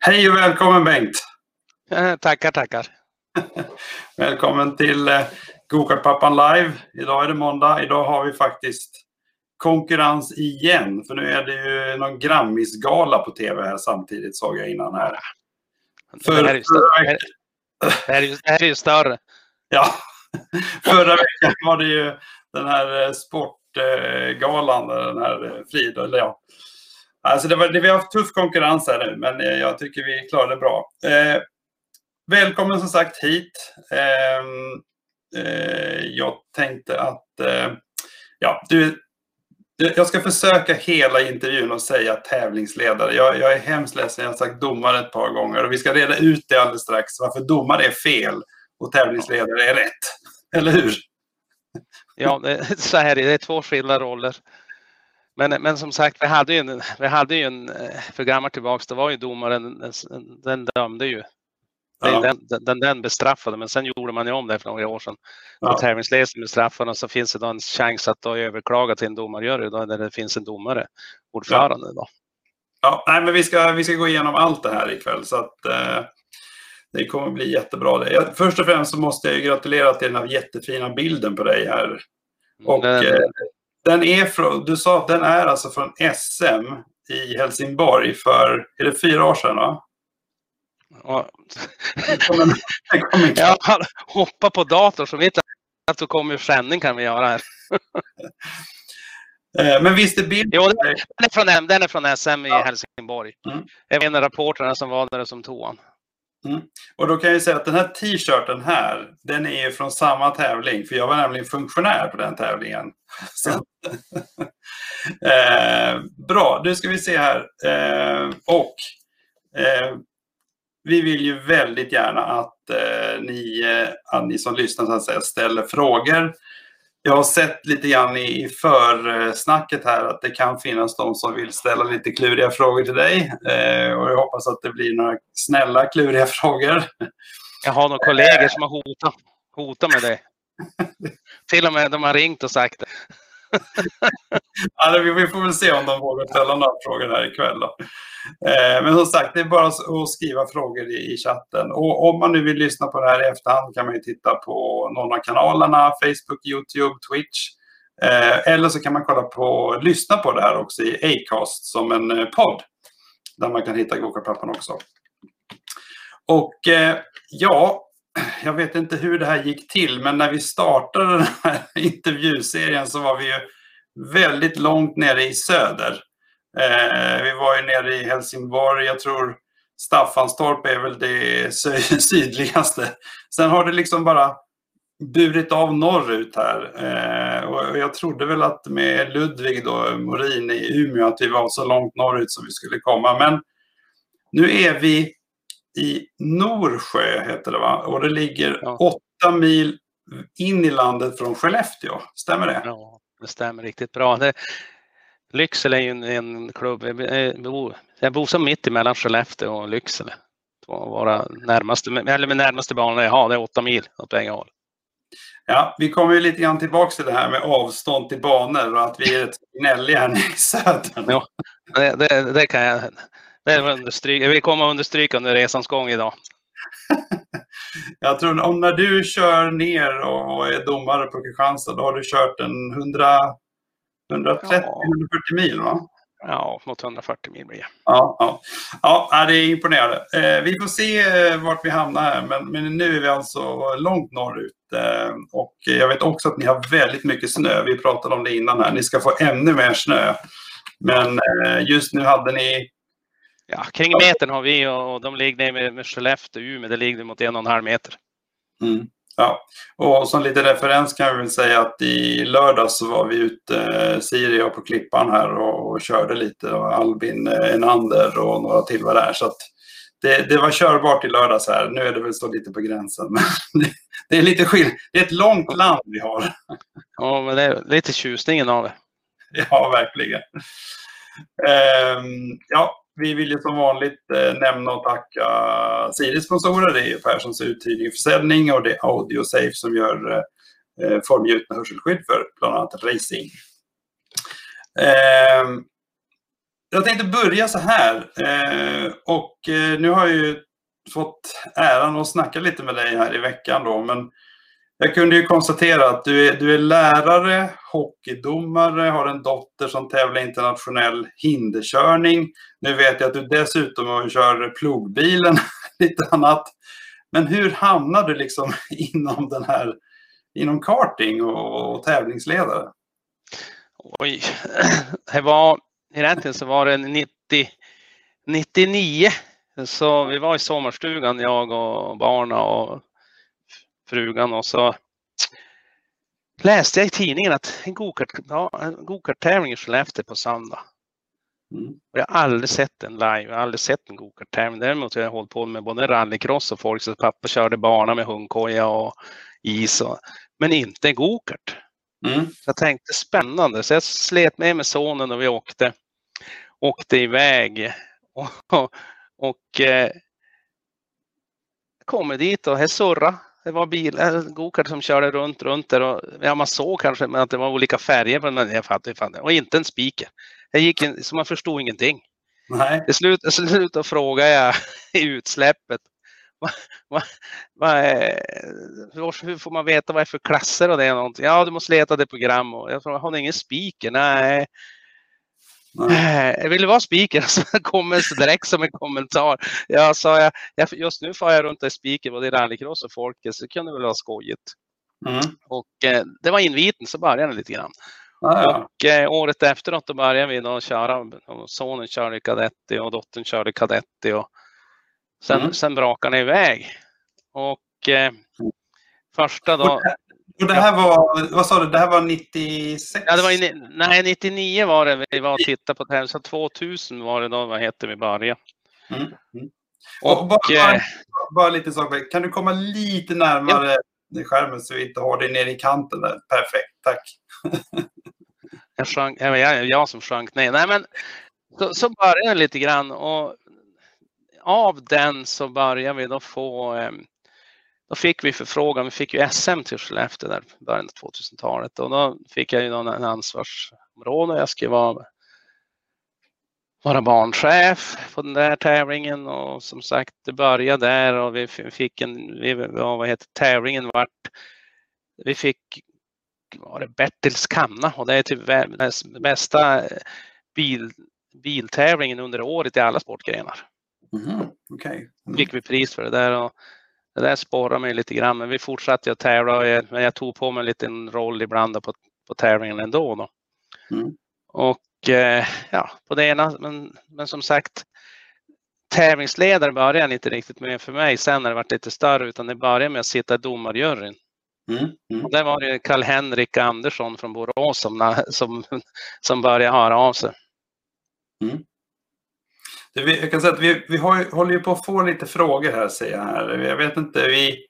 Hej och välkommen Bengt. Tackar. Välkommen till Go-Kart-pappan live. Idag är det måndag. Idag har vi faktiskt konkurrens igen. För nu är det ju någon Grammisgala på tv här samtidigt, såg jag innan här. Det här är ju större. Ja, förra veckan var det ju den här sportgalan, den här Frida, eller ja. Alltså vi har haft tuff konkurrens här nu, men jag tycker vi klarade det bra. Välkommen som sagt hit. Jag tänkte att jag ska försöka hela intervjun och säga tävlingsledare. Jag är hemskt ledsen, jag har sagt domare ett par gånger och vi ska reda ut det alldeles strax. Varför domare är fel och tävlingsledare är rätt. Eller hur? Ja, så här är det, två skilda roller. Men som sagt, vi hade ju en för gammal tillbaks, det var ju domaren, den dömde ju. Ja. Den bestraffade, men sen gjorde man ju om det för några år sedan. Ja. Och tävlingsledaren bestraffade, och så finns det då en chans att då överklaga till en domarjury då, där det finns en domare, ordförande då. Ja, nej, men vi ska gå igenom allt det här ikväll, så att det kommer bli jättebra. Det. Först och främst så måste jag ju gratulera till den här jättefina bilden på dig här. Och den är från, du sa att den är alltså från SM i Helsingborg för, är det 4 år sedan va? Ja. Jag hoppar på dator så vet jag att du kommer i sändning kan vi göra här. Men visst är bilden... Jo, den är från SM i Helsingborg. Jag var en av rapporterna som var där som tog han. Och då kan jag säga att den här t-shirten här, den är ju från samma tävling. För jag var nämligen funktionär på den tävlingen. Så. Bra, nu ska vi se här. Vi vill ju väldigt gärna att ni som lyssnar så att säga, ställer frågor. Jag har sett lite grann i försnacket här att det kan finnas de som vill ställa lite kluriga frågor till dig. Och jag hoppas att det blir några snälla kluriga frågor. Jag har några kollegor som har hotat med det. Till och med de har ringt och sagt det. Ja, vi får väl se om de vågar ställa några frågor här ikväll då. Men som sagt, det är bara att skriva frågor i chatten. Och om man nu vill lyssna på det här i efterhand kan man ju titta på någon av kanalerna, Facebook, YouTube, Twitch. Eller så kan man lyssna på det här också i Acast som en podd. Där man kan hitta Go-Kart-pappan också. Och jag vet inte hur det här gick till, men när vi startade den här intervjuserien så var vi ju väldigt långt nere i söder. Vi var ju nere i Helsingborg, jag tror Staffanstorp är väl det sydligaste. Sen har det liksom bara burit av norrut här. Och jag trodde väl att med Ludvig då, Morin i Umeå, att vi var så långt norrut som vi skulle komma. Men nu är vi i Norsjö heter det va? Och det ligger 8 mil in i landet från Skellefteå. Stämmer det? Ja, det stämmer riktigt bra. Lycksele är ju en klubb. Jag bor som mitt emellan Skellefteå och Lycksele. Våra närmaste banor jag har, det är 8 mil åt bägge håll. Ja, vi kommer ju lite grann tillbaka till det här med avstånd till banor och att vi är ett gnälliga här i södern. Ja, det kan jag... Vi kommer att understryka under resans gång idag. Jag tror om när du kör ner och är domare på Kristianstad, då har du kört en 130-140 mil va? Ja, mot 140 mil blir det. Ja, det är imponerande. Vi får se vart vi hamnar här, men nu är vi alltså långt norrut. Och jag vet också att ni har väldigt mycket snö. Vi pratade om det innan här. Ni ska få ännu mer snö. Men just nu hade ni... Ja, kring metern har vi och de ligger med Skellefteå och Umeå, det ligger mot 1,5 meter. Ja, och som lite referens kan vi väl säga att i lördag så var vi ute, Siri och på Klippan här och körde lite och Albin Enander och några till var där. Så att det var körbart i lördags här. Nu är det väl så lite på gränsen. Men det är lite skillnad. Det är ett långt land vi har. Ja, men det är lite tjusningen av det. Ja, verkligen. Vi vill ju som vanligt nämna och tacka Siris sponsorer. Det är Perssons uthyrning och försäljning och det är AudioSafe som gör formgjutna hörselskydd för bland annat racing. Jag tänkte börja så här. Nu har jag ju fått äran att snacka lite med dig här i veckan då. Men jag kunde ju konstatera att du är lärare, hockeydomare, har en dotter som tävlar internationell hinderkörning. Nu vet jag att du dessutom kör plogbilen, lite annat. Men hur hamnade du liksom inom karting och tävlingsledare? Oj, egentligen så var det 99. Så vi var i sommarstugan, jag och barnen och frugan, och så läste jag i tidningen att en go-kart-tävling i Skellefteå på söndag. Och jag har aldrig sett en live, jag har aldrig sett en go-kart-tävling. Däremot har jag hållit på med både rallycross och folk, så pappa körde bana med hundkoja och is, men inte go-kart. Så jag tänkte spännande, så jag slet med sonen och vi åkte iväg och kommer dit och här surra. Det var go-kart som körde runt där, och man såg kanske att det var olika färger, men jag fattade. Och inte en speaker. Jag gick in, så man förstod ingenting. Nej. Till slut frågade jag i utsläppet. Hur får man veta vad det är för klasser och det är någonting? Ja, du måste leta det program. Och jag frågade, har ni ingen speaker? Nej. Jag ville vara speaker, så kommer så direkt som en kommentar. Jag sa, just nu får jag runt i speaker både i rallycross och folket, så kunde det väl vara skojigt. Och det var inviten, så började det lite grann. Och året efteråt då började vi då köra. Sonen körde kadetti och dottern körde kadetti, och sen brakade det iväg. Och första då. Och det här var, vad sa du, det här var 96? Ja, det var 99 var det vi var och tittade på det här. Så 2000 var det då, vi började. Och bara lite saker. Kan du komma lite närmare skärmen så vi inte har dig ner i kanten där? Perfekt, tack. Jag som sjönk ner. Nej, men så började jag lite grann, och av den så började vi då då fick vi förfrågan. Vi fick ju SM till Skellefteå där i början av 2000-talet, och då fick jag ju en ansvarsområde. Jag skulle vara barnchef på den där tävlingen, och som sagt det började där, och vi fick tävlingen vart vi fick Bertils Kanna, och det är typ den bästa biltävlingen under året i alla sportgrenar. Fick vi pris för det där, och det där sporrade mig lite grann, men vi fortsatte att tävla, och jag tog på mig en liten roll ibland på tävlingen ändå då. Och på det ena, men som sagt, tävlingsledare började inte riktigt med för mig sen när det var lite större, utan det började med att sitta i domarjuryn. Och där var det Karl-Henrik Andersson från Borås som började höra av sig. Jag kan säga att vi håller ju på att få lite frågor här, säger jag här. Jag vet inte,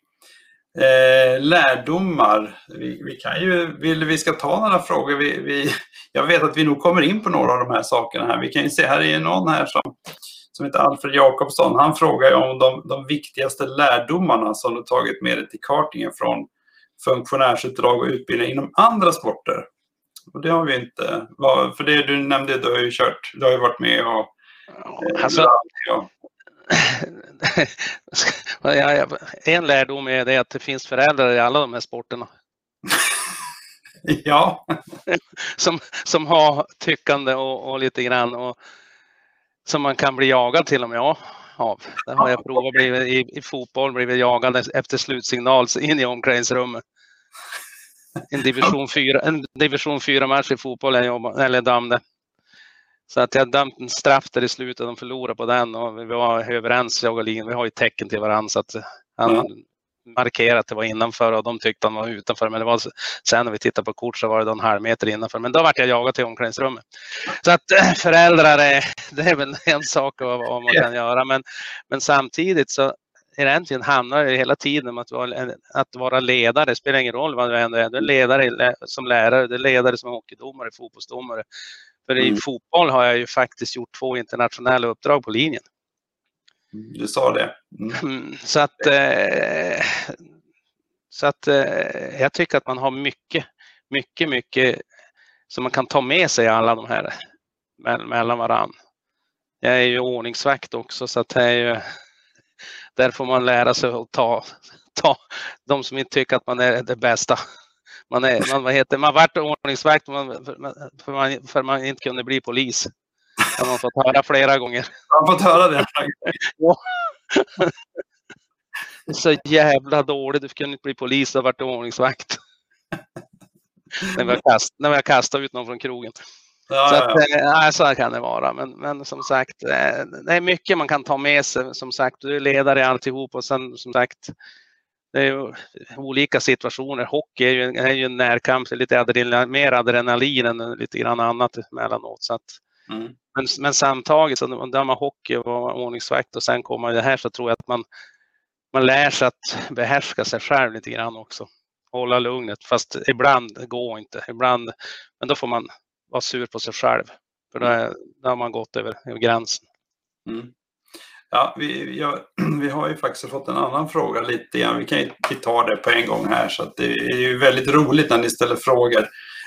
lärdomar. Vi kan ju, vi ska ta några frågor. Jag vet att vi nog kommer in på några av de här sakerna här. Vi kan ju se, här är någon här som heter Alfred Jakobsson. Han frågar ju om de viktigaste lärdomarna som du tagit med dig till kartingen från funktionärsuppdrag och utbildning inom andra sporter. Och det har vi inte. För det du nämnde, du har ju kört, du har ju varit med och en lärdom är det att det finns föräldrar i alla de här sporterna. Ja. som har tyckande och lite grann, och som man kan bli jagad till och med av. Det har jag provat i fotboll, blivit jagad efter slutsignal in i omklädningsrummet. En division 4 match i fotboll eller dömde. Så att jag dömt en straff där i slutet, de förlorade på den, och vi var överens, jag och Lin, vi har ju tecken till varandra, så att han markerade att det var innanför och de tyckte han var utanför, men det var sen när vi tittade på kort så var det en halv meter innanför, men då vart jag jagad till omklädningsrummet. Så att föräldrar det är väl en sak vad man kan göra, men samtidigt så egentligen handlar det hela tiden om att vara ledare. Det spelar ingen roll vad du är. Du är ledare som lärare, du är ledare som hockeydomare, fotbollsdomare. För i fotboll har jag ju faktiskt gjort 2 internationella uppdrag på linjen. Du sa det. Så att jag tycker att man har mycket som man kan ta med sig alla de här mellan varann. jag är ju ordningsvakt också, så att det är ju, där får man lära sig att ta de som inte tycker att man är det bästa. Man vart ordningsvakt för man inte kunde bli polis. Det har man fått höra flera gånger. Jag har fått höra det. Ja. Det är så jävla dåligt, du kunde inte bli polis och vart ordningsvakt. när vi har kastat ut någon från krogen. Så kan det vara. Men som sagt, det är mycket man kan ta med sig. Som sagt, du är ledare i alltihop, och sen som sagt, det är ju olika situationer. Hockey är ju en närkamp, så lite mer adrenalin än lite grann annat emellanåt. Så att, men samtaget, så där man hockey och var ordningsvakt och sen kommer det här, så tror jag att man lär sig att behärska sig själv lite grann också. Hålla lugnet, fast ibland går inte. Men då får man vara sur på sig själv. För då har man gått över gränsen. Ja, vi har ju faktiskt fått en annan fråga lite grann. Vi tar det på en gång här, så att det är ju väldigt roligt när ni ställer frågor.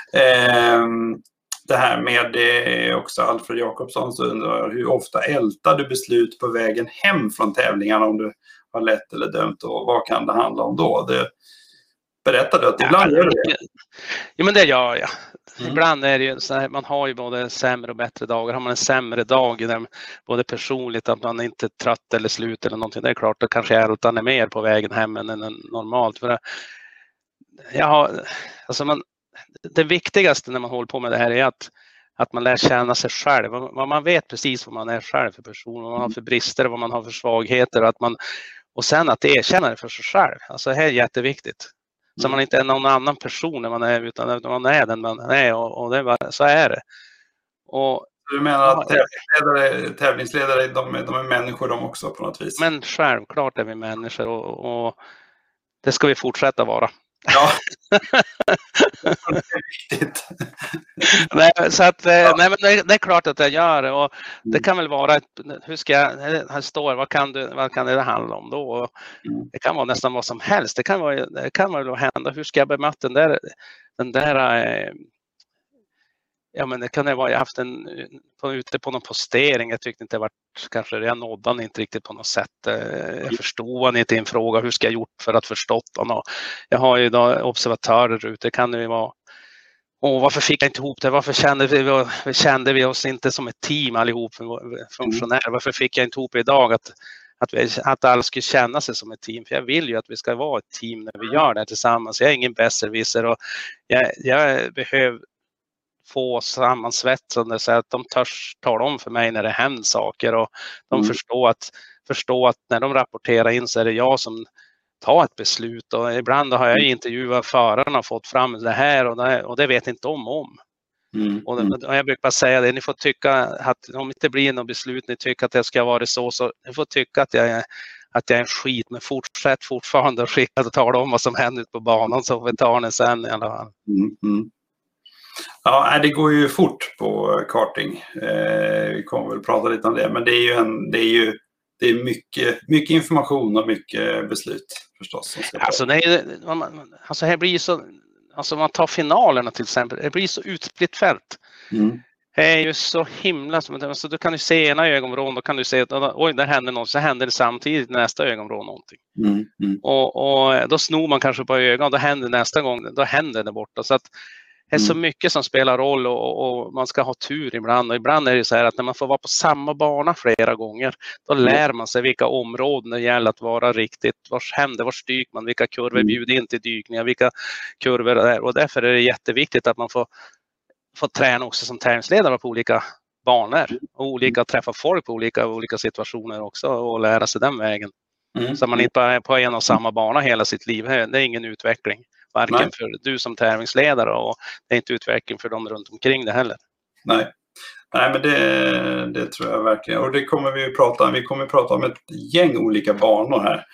Det här med också Alfred Jakobsson, så undrar hur ofta ältar du beslut på vägen hem från tävlingarna, om du har lätt eller dömt, och vad kan det handla om då? Berättar du att ibland gör det? Ja, men det gör jag. Ibland är det ju så här, man har ju både sämre och bättre dagar. Har man en sämre dag, där både personligt, att man inte är trött eller slut eller någonting, det är klart att kanske ältan är mer på vägen hem än normalt. För det viktigaste när man håller på med det här är att man lär känna sig själv. Man vet precis vad man är själv för person, vad man har för brister, vad man har för svagheter, och sen att erkänna det för sig själv. Alltså det här är jätteviktigt. Så man inte är någon annan person när man är, utan man är den man är, och det är bara, så är det. Och du menar att tävlingsledare de är människor de också på något vis? Men självklart är vi människor, och det ska vi fortsätta vara. Ja. Det är viktigt. Nej, så att, nej, men det är klart att jag gör det, och det kan väl vara hur ska jag, här står, vad kan det handla om då? Och det kan vara nästan vad som helst. Det kan väl hända, hur ska jag bemöta den där ja, men det kan det vara, jag har haft ute på någon postering, jag tyckte inte det var, kanske jag nådde han inte riktigt på något sätt. Jag förstod han inte i en fråga, hur ska jag gjort för att förstått honom? Jag har ju då observatörer ute, kan det ju vara. Och varför fick jag inte ihop det? Varför kände vi oss inte som ett team allihop, funktionärer? Varför fick jag inte ihop idag att alla skulle känna sig som ett team? För jag vill ju att vi ska vara ett team när vi gör det tillsammans. Jag är ingen besserwisser, och jag behöver få sammansvetsande så att de törs tala om för mig när det händer saker, och de förstår att när de rapporterar in så är det jag som tar ett beslut, och ibland har jag intervjuat förarna och fått fram det här och det vet inte om. Och jag brukar bara säga det, ni får tycka att om det inte blir något beslut, ni tycker att det ska vara så ni får tycka att jag är en skit, men fortsätt fortfarande att skicka och tala om vad som händer ute på banan, så vi tar den sen i alla fall. Ja, det går ju fort på karting. Vi kommer väl prata lite om det, men det är mycket information och mycket beslut förstås. Alltså här blir ju så, alltså man tar finalerna till exempel, det blir så utspritt fält. Det är ju så himla, alltså du kan ju se ena ögonvrån, då kan du se att oj, där händer något, så händer det samtidigt nästa ögonvrå någonting. Och då snor man kanske på ögon, då händer nästa gång, då händer det borta. Så att det är så mycket som spelar roll, och man ska ha tur ibland. Och ibland är det så här att när man får vara på samma bana flera gånger, då lär man sig vilka områden det gäller att vara riktigt. Var styr man, vilka kurvor bjuder in till dykningar, vilka kurvor det är. Och därför är det jätteviktigt att man får träna också som tävlingsledare på olika banor. Och träffa folk på olika situationer också, och lära sig den vägen. Så man inte bara är på en och samma bana hela sitt liv. Det är ingen utveckling. Varken för du som tävlingsledare, och det är inte utveckling för dem runt omkring det heller. Nej, men det tror jag verkligen. Och det kommer vi prata om. Vi kommer prata om ett gäng olika banor här.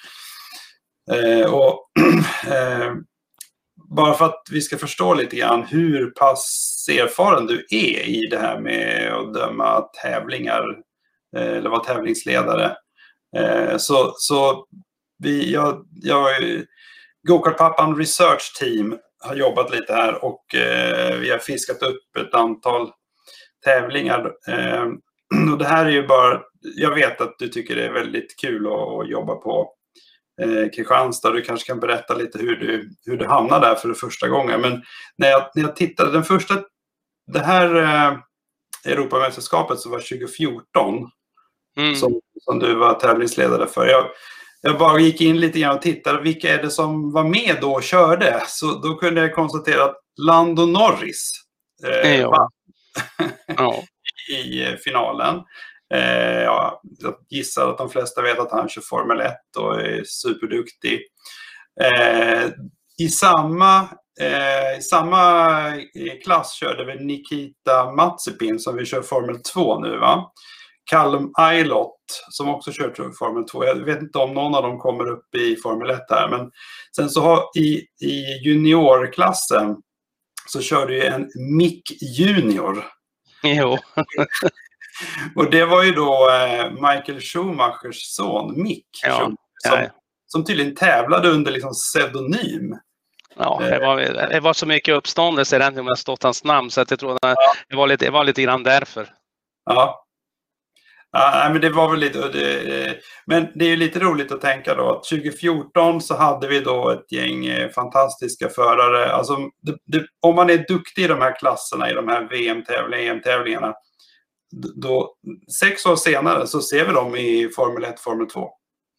Bara för att vi ska förstå lite grann hur pass erfaren du är i det här med att döma tävlingar eller vara tävlingsledare. Go-Kart-pappan Research Team har jobbat lite här, och vi har fiskat upp ett antal tävlingar. och det här är ju bara, jag vet att du tycker det är väldigt kul att jobba på Kristianstad. Du kanske kan berätta lite hur du hamnade där för det första gången. Men när jag tittade, det här Europamästerskapet så var 2014 som du var tävlingsledare för. Jag bara gick in lite grann och tittade vilka är det som var med då och körde. Så då kunde jag konstatera att Lando Norris vann i finalen. Jag gissar att de flesta vet att han kör Formel 1 och är superduktig. I samma klass körde vi Nikita Mazepin som vi kör Formel 2 nu, va? Callum Aylott som också kör Formel 2. Jag vet inte om någon av dem kommer upp i Formel 1 här. Men sen så har i juniorklassen så körde ju en Mick Junior. Jo. Och det var ju då Michael Schumachers son Mick. Som tydligen tävlade under liksom pseudonym. Ja, det var så mycket uppståndelse redan när jag stått hans namn så att jag tror att det var lite grann därför. Ja. Men det var väl lite, men det är ju lite roligt att tänka då att 2014 så hade vi då ett gäng fantastiska förare. Alltså om man är duktig i de här klasserna, i de här VM-tävlingarna, EM-tävlingarna, då 6 år senare så ser vi dem i Formel 1, Formel 2.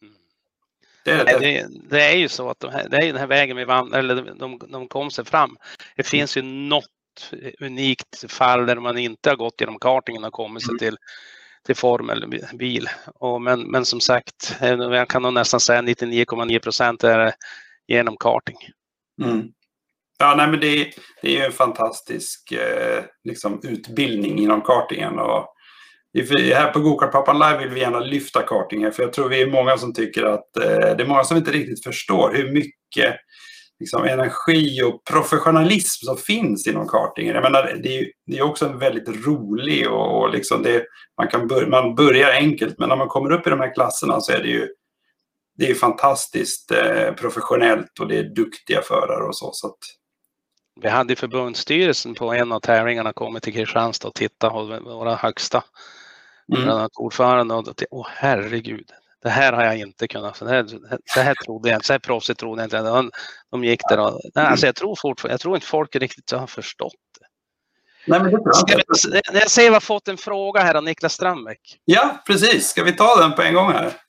Det är ju så att det är den här vägen vi vann, eller de kom sig fram. Det finns ju något unikt fall där man inte har gått genom kartingen och kommit sig till formelbil. Men som sagt, jag kan nog nästan säga 99,9% är genom karting. Ja, nej, men det är ju en fantastisk liksom, utbildning inom kartingen. Och här på Go-Kart-pappan Live vill vi gärna lyfta kartingen, för jag tror vi är många som tycker att det är många som inte riktigt förstår hur mycket liksom, energi och professionalism som finns inom kartingen. Jag menar, det är också en väldigt rolig och liksom man börjar enkelt, men när man kommer upp i de här klasserna så är det är fantastiskt professionellt och det är duktiga förare och så att... Vi hade förbundsstyrelsen på en av tävlingarna kommit till Kristianstad och titta på våra högsta ordförande och herregud, det här har jag inte kunnat, så här trodde jag inte, så här proffsigt trodde jag inte. De gick där och, alltså jag tror inte folk riktigt har förstått det. Nej, men det tror jag inte. Jag ser vi har fått en fråga här av Niklas Strömbäck. Ja, precis. Ska vi ta den på en gång här?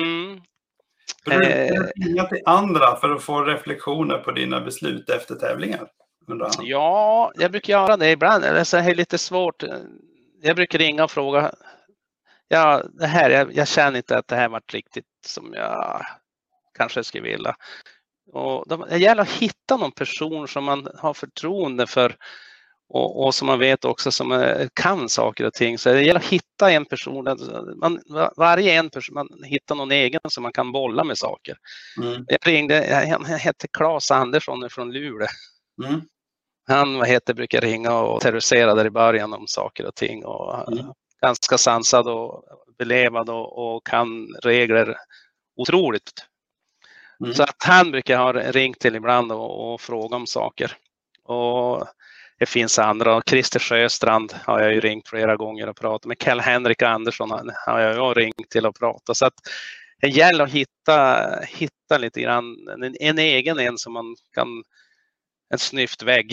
Ringa till andra för att få reflektioner på dina beslut efter tävlingar. Ja, jag brukar göra det ibland. Det är lite svårt. Jag brukar ringa och fråga. Ja, det här, jag känner inte att det här varit riktigt som jag kanske skulle vilja. Och det gäller att hitta någon person som man har förtroende för och som man vet också som kan saker och ting. Så det gäller att hitta en person. Varje en person, man hittar någon egen som man kan bolla med saker. Jag heter Claes Andersson från Luleå. Han brukar ringa och terrorisera där i början om saker och ting och ganska sansad och belevad och kan regler otroligt. Så att han brukar ha ringt till ibland och fråga om saker. Och det finns andra. Christer Sjöstrand har jag ju ringt flera gånger och pratat med. Kjell-Henrik Andersson har jag ringt till att prata. Så att det gäller att hitta lite grann en egen som man kan, en snyftvägg.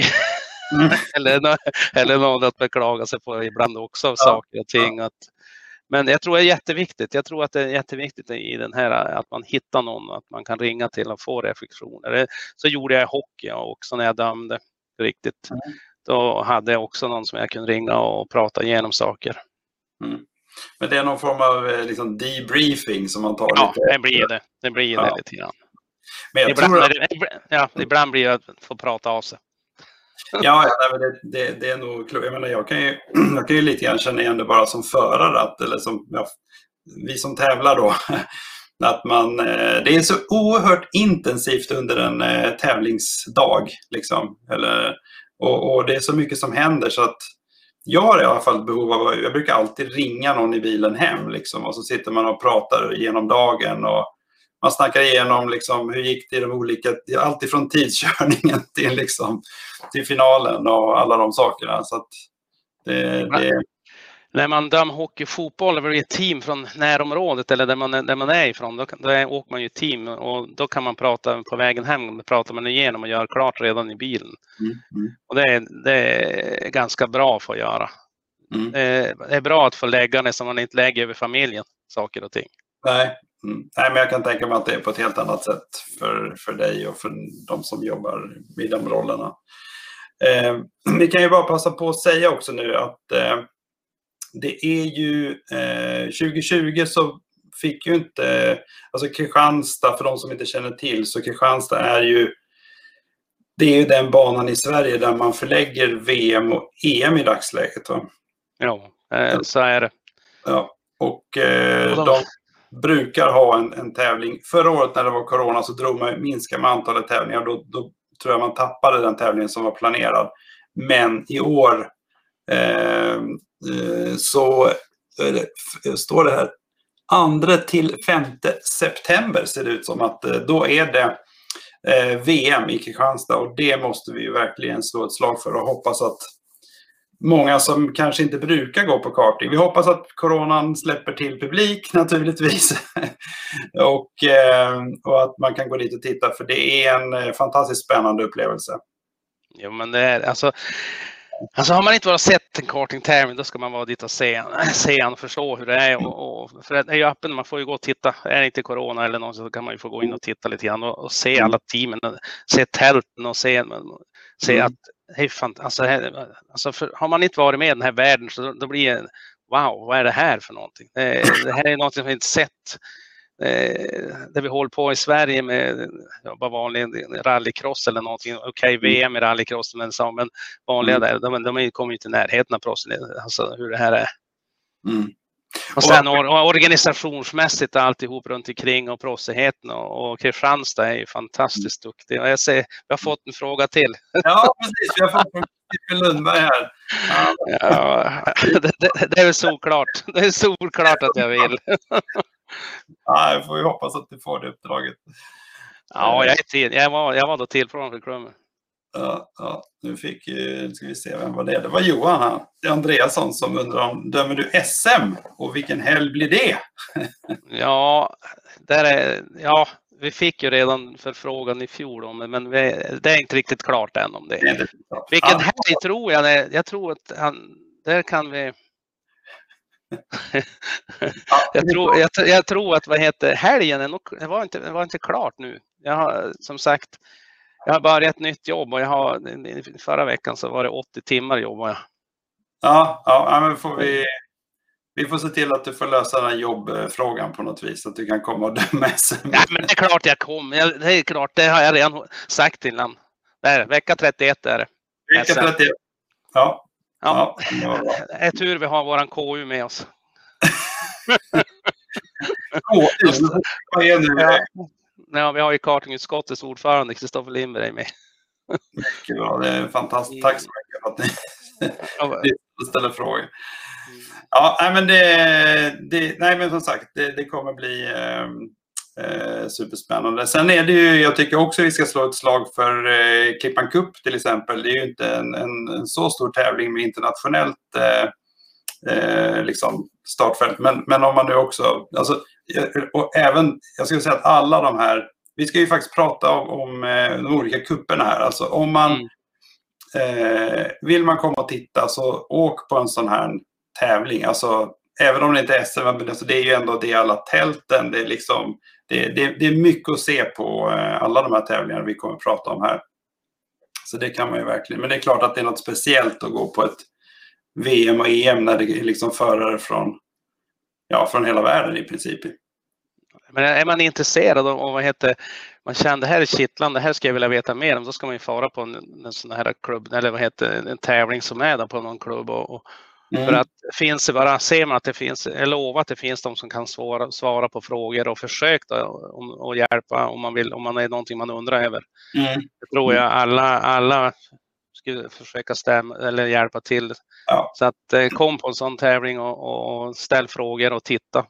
eller något att beklaga sig på ibland också av saker och ting. Men jag tror det är jätteviktigt. Jag tror att det är jätteviktigt i den här att man hittar någon att man kan ringa till och få reflektioner. Så gjorde jag i hockey också när jag dömde riktigt. Då hade jag också någon som jag kunde ringa och prata igenom saker. Men det är någon form av liksom debriefing som man tar lite. Ja, det blir det lite grann. Men ibland blir det att få prata av sig. Ja, det är nog klokt. Jag menar, jag kan ju lite grann känna igen det bara som förare, eller som vi som tävlar då, att det är så oerhört intensivt under en tävlingsdag liksom, och det är så mycket som händer så att jag har i alla fall behov av, jag brukar alltid ringa någon i bilen hem liksom, och så sitter man och pratar genom dagen och man snackar igenom liksom, hur gick det i de olika, allt ifrån tidskörningen till finalen och alla de sakerna. Så att När man dömer hockey och fotboll över ett team från närområdet eller där man är ifrån, då åker man ju team och då kan man prata på vägen hem, pratar man igenom och gör klart redan i bilen. Och det är ganska bra för att göra. Det är bra att få lägga det som man inte lägger över familjen, saker och ting. Nej, men jag kan tänka mig att det är på ett helt annat sätt för dig och för de som jobbar i de rollerna. Vi kan ju bara passa på att säga också nu att det är ju 2020 så fick ju inte, alltså Kristianstad, för de som inte känner till, så Kristianstad är ju den banan i Sverige där man förlägger VM och EM i dagsläget, va? Ja, så är det. Ja, och de brukar ha en tävling. Förra året när det var corona så minskade man antalet tävlingar. Då tror jag man tappade den tävlingen som var planerad. Men i år så står det här 2 till 5 september ser det ut som att då är det VM i Kristianstad, och det måste vi ju verkligen slå ett slag för och hoppas att många som kanske inte brukar gå på karting. Vi hoppas att coronan släpper till publik naturligtvis och att man kan gå dit och titta, för det är en fantastiskt spännande upplevelse. Jo, men det är alltså har man inte bara sett en kartingtävling, då ska man vara dit och se och förstå hur det är. Och för det är ju öppen, man får ju gå och titta. Är det inte corona eller något så kan man ju få gå in och titta lite grann och se alla teamen, se tälten och se att hej, alltså har man inte varit med i den här världen så då blir det wow, vad är det här för någonting? Det här är något som vi inte sett. Det vi håller på i Sverige med bara vanlig rallycross eller någonting. Okej, VM i rallycross, men vanliga där, de kommer ju till närheten av proffsen, alltså hur det här är. Och sen organisationsmässigt alltihop runt omkring och proffsigheten och Kristianstad är ju fantastiskt duktig. Och jag har fått en fråga till. Ja, precis. Jag har fått en fråga till Lundberg här. Ja, det är väl solklart. Det är solklart att jag vill. Ja, jag får ju hoppas att du får det uppdraget. Ja, jag var då tillfrågad för klubben. Ja, nu ska vi se, vem var det? Det var Johan här. Det är Andreasson som undrar om dömer du SM och vilken helg blir det? Vi fick ju redan förfrågan i fjol men det är inte riktigt klart än om det. Vilken helg tror jag? Jag tror att där kan vi. Jag tror att helgen är nog, det var inte klart nu. Jag har som sagt börjat ett nytt jobb och förra veckan så var det 80 timmar jobb. Ja, men vi får se till att du får lösa den här jobbfrågan på något vis, att du kan komma och döma SM. Ja, men det är klart jag kommer. Det är klart, det har jag redan sagt till honom. Vecka 31 är det. Vecka 31. Ja. Det är tur vi har våran KU med oss. Ja, vi har ju kartingutskottets ordförande Kristoffer Lindberg med. Mycket bra, det är fantastiskt. Tack så mycket för att ni ställer frågor. Ja, men som sagt, det kommer bli superspännande. Sen är det ju, jag tycker också vi ska slå ett slag för Klippan Cup till exempel. Det är ju inte en så stor tävling med internationellt liksom startfält. Men om man nu också, alltså, och även, jag skulle säga att alla de här, vi ska ju faktiskt prata om de olika kupperna här. Alltså om man vill man komma och titta, så åk på en sån här tävling. Alltså även om det inte är SM, men alltså, det är ju ändå det, alla tälten, det är liksom det är mycket att se på alla de här tävlingarna vi kommer att prata om här. Så det kan man ju verkligen. Men det är klart att det är något speciellt att gå på ett VM och EM när det är liksom förare från hela världen i princip. Men är man intresserad av man känner det här är kittlande, det här ska jag vilja veta mer om, då ska man ju fara på en sån här klubb, eller en tävling som är där på någon klubb för att finns det bara, ser man att det finns, jag lovar att det finns de som kan svara på frågor och försök och hjälpa om man är någonting man undrar över. Det tror jag alla skulle försöka stämma eller hjälpa till. Ja. Så att kom på en sån tävling och ställ frågor och titta.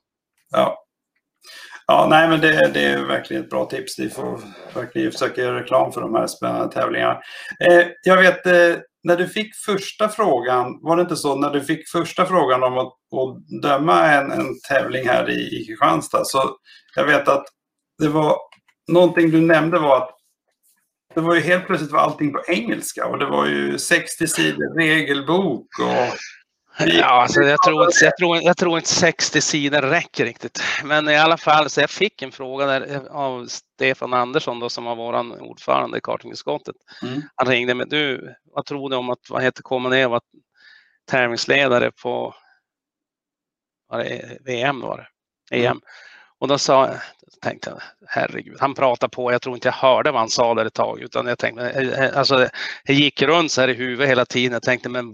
Ja, nej, men det är verkligen ett bra tips. Vi får verkligen försöka göra reklam för de här spännande tävlingarna. Jag vet, när du fick första frågan, var det inte så när du fick första frågan om att döma en tävling här i Kristianstad, så jag vet att det var någonting du nämnde var att det var ju helt plötsligt var allting på engelska och det var ju 60 sidor regelbok och... Ja, alltså jag tror inte 60 sidor räcker riktigt. Men i alla fall, så jag fick en fråga där av Stefan Andersson då, som var våran ordförande i kartingutskottet. Han ringde med, du, vad tror du om att komma ner och vara tävlingsledare på VM var det? EM. Och då tänkte jag, herregud, han pratade på, jag tror inte jag hörde vad han sa där ett tag, utan jag tänkte, alltså det gick runt så här i huvudet hela tiden. Jag tänkte, men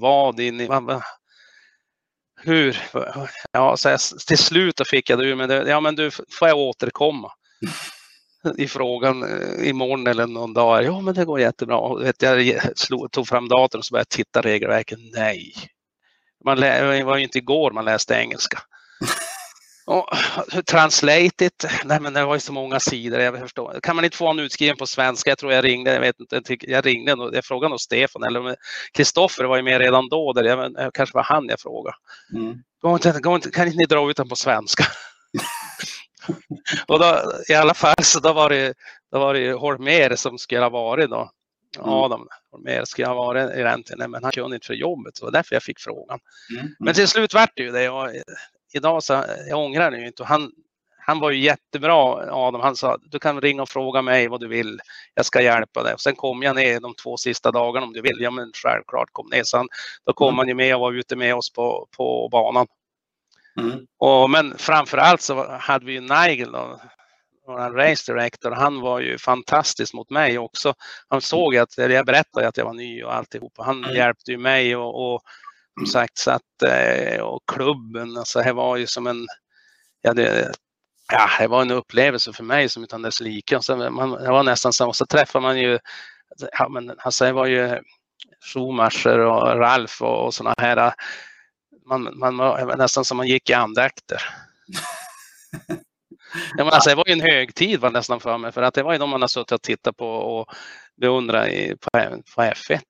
hur? Ja, så till slut då fick jag det, men du, får jag återkomma i frågan imorgon eller någon dag? Ja, men det går jättebra. Jag tog fram datorn och så började jag titta regelverket. Nej, det var ju inte igår man läste engelska. Och translate it. Nej, men det var ju så många sidor, jag förstår. Kan man inte få en utskriven på svenska? Jag tror jag ringde, jag vet inte, jag frågade nog Stefan eller Kristoffer var ju med redan då, där kanske var han jag frågade. Kan inte ni dra ut den på svenska? Och då, i alla fall, så då var det Holmér som skulle ha varit då. Adam Holmér skulle ha varit i den, men han kunde inte för jobbet, så därför jag fick frågan. Men till slut vart det ju det, och idag så jag ångrar det ju inte. Han var ju jättebra, Adam. Han sa, du kan ringa och fråga mig vad du vill. Jag ska hjälpa dig. Och sen kom jag ner de 2 sista dagarna om du vill. Ja, men självklart kom ner. Så då kom han ju med och var ute med oss på banan. Men framförallt så hade vi ju Nigel då, vår race director. Han var ju fantastisk mot mig också. Han såg att jag berättade att jag var ny och alltihop. Han hjälpte ju mig och som sagt, så att, och klubben, alltså det var ju som det var en upplevelse för mig som utan dess like. Så det var nästan så, och så träffar man ju, men alltså det var ju Schumacher och Ralf och såna här, man var nästan som man gick i andakter. Ja, men alltså, det var ju en högtid var nästan för mig, för att det var ju de man har suttit och tittat på och beundrat på F1.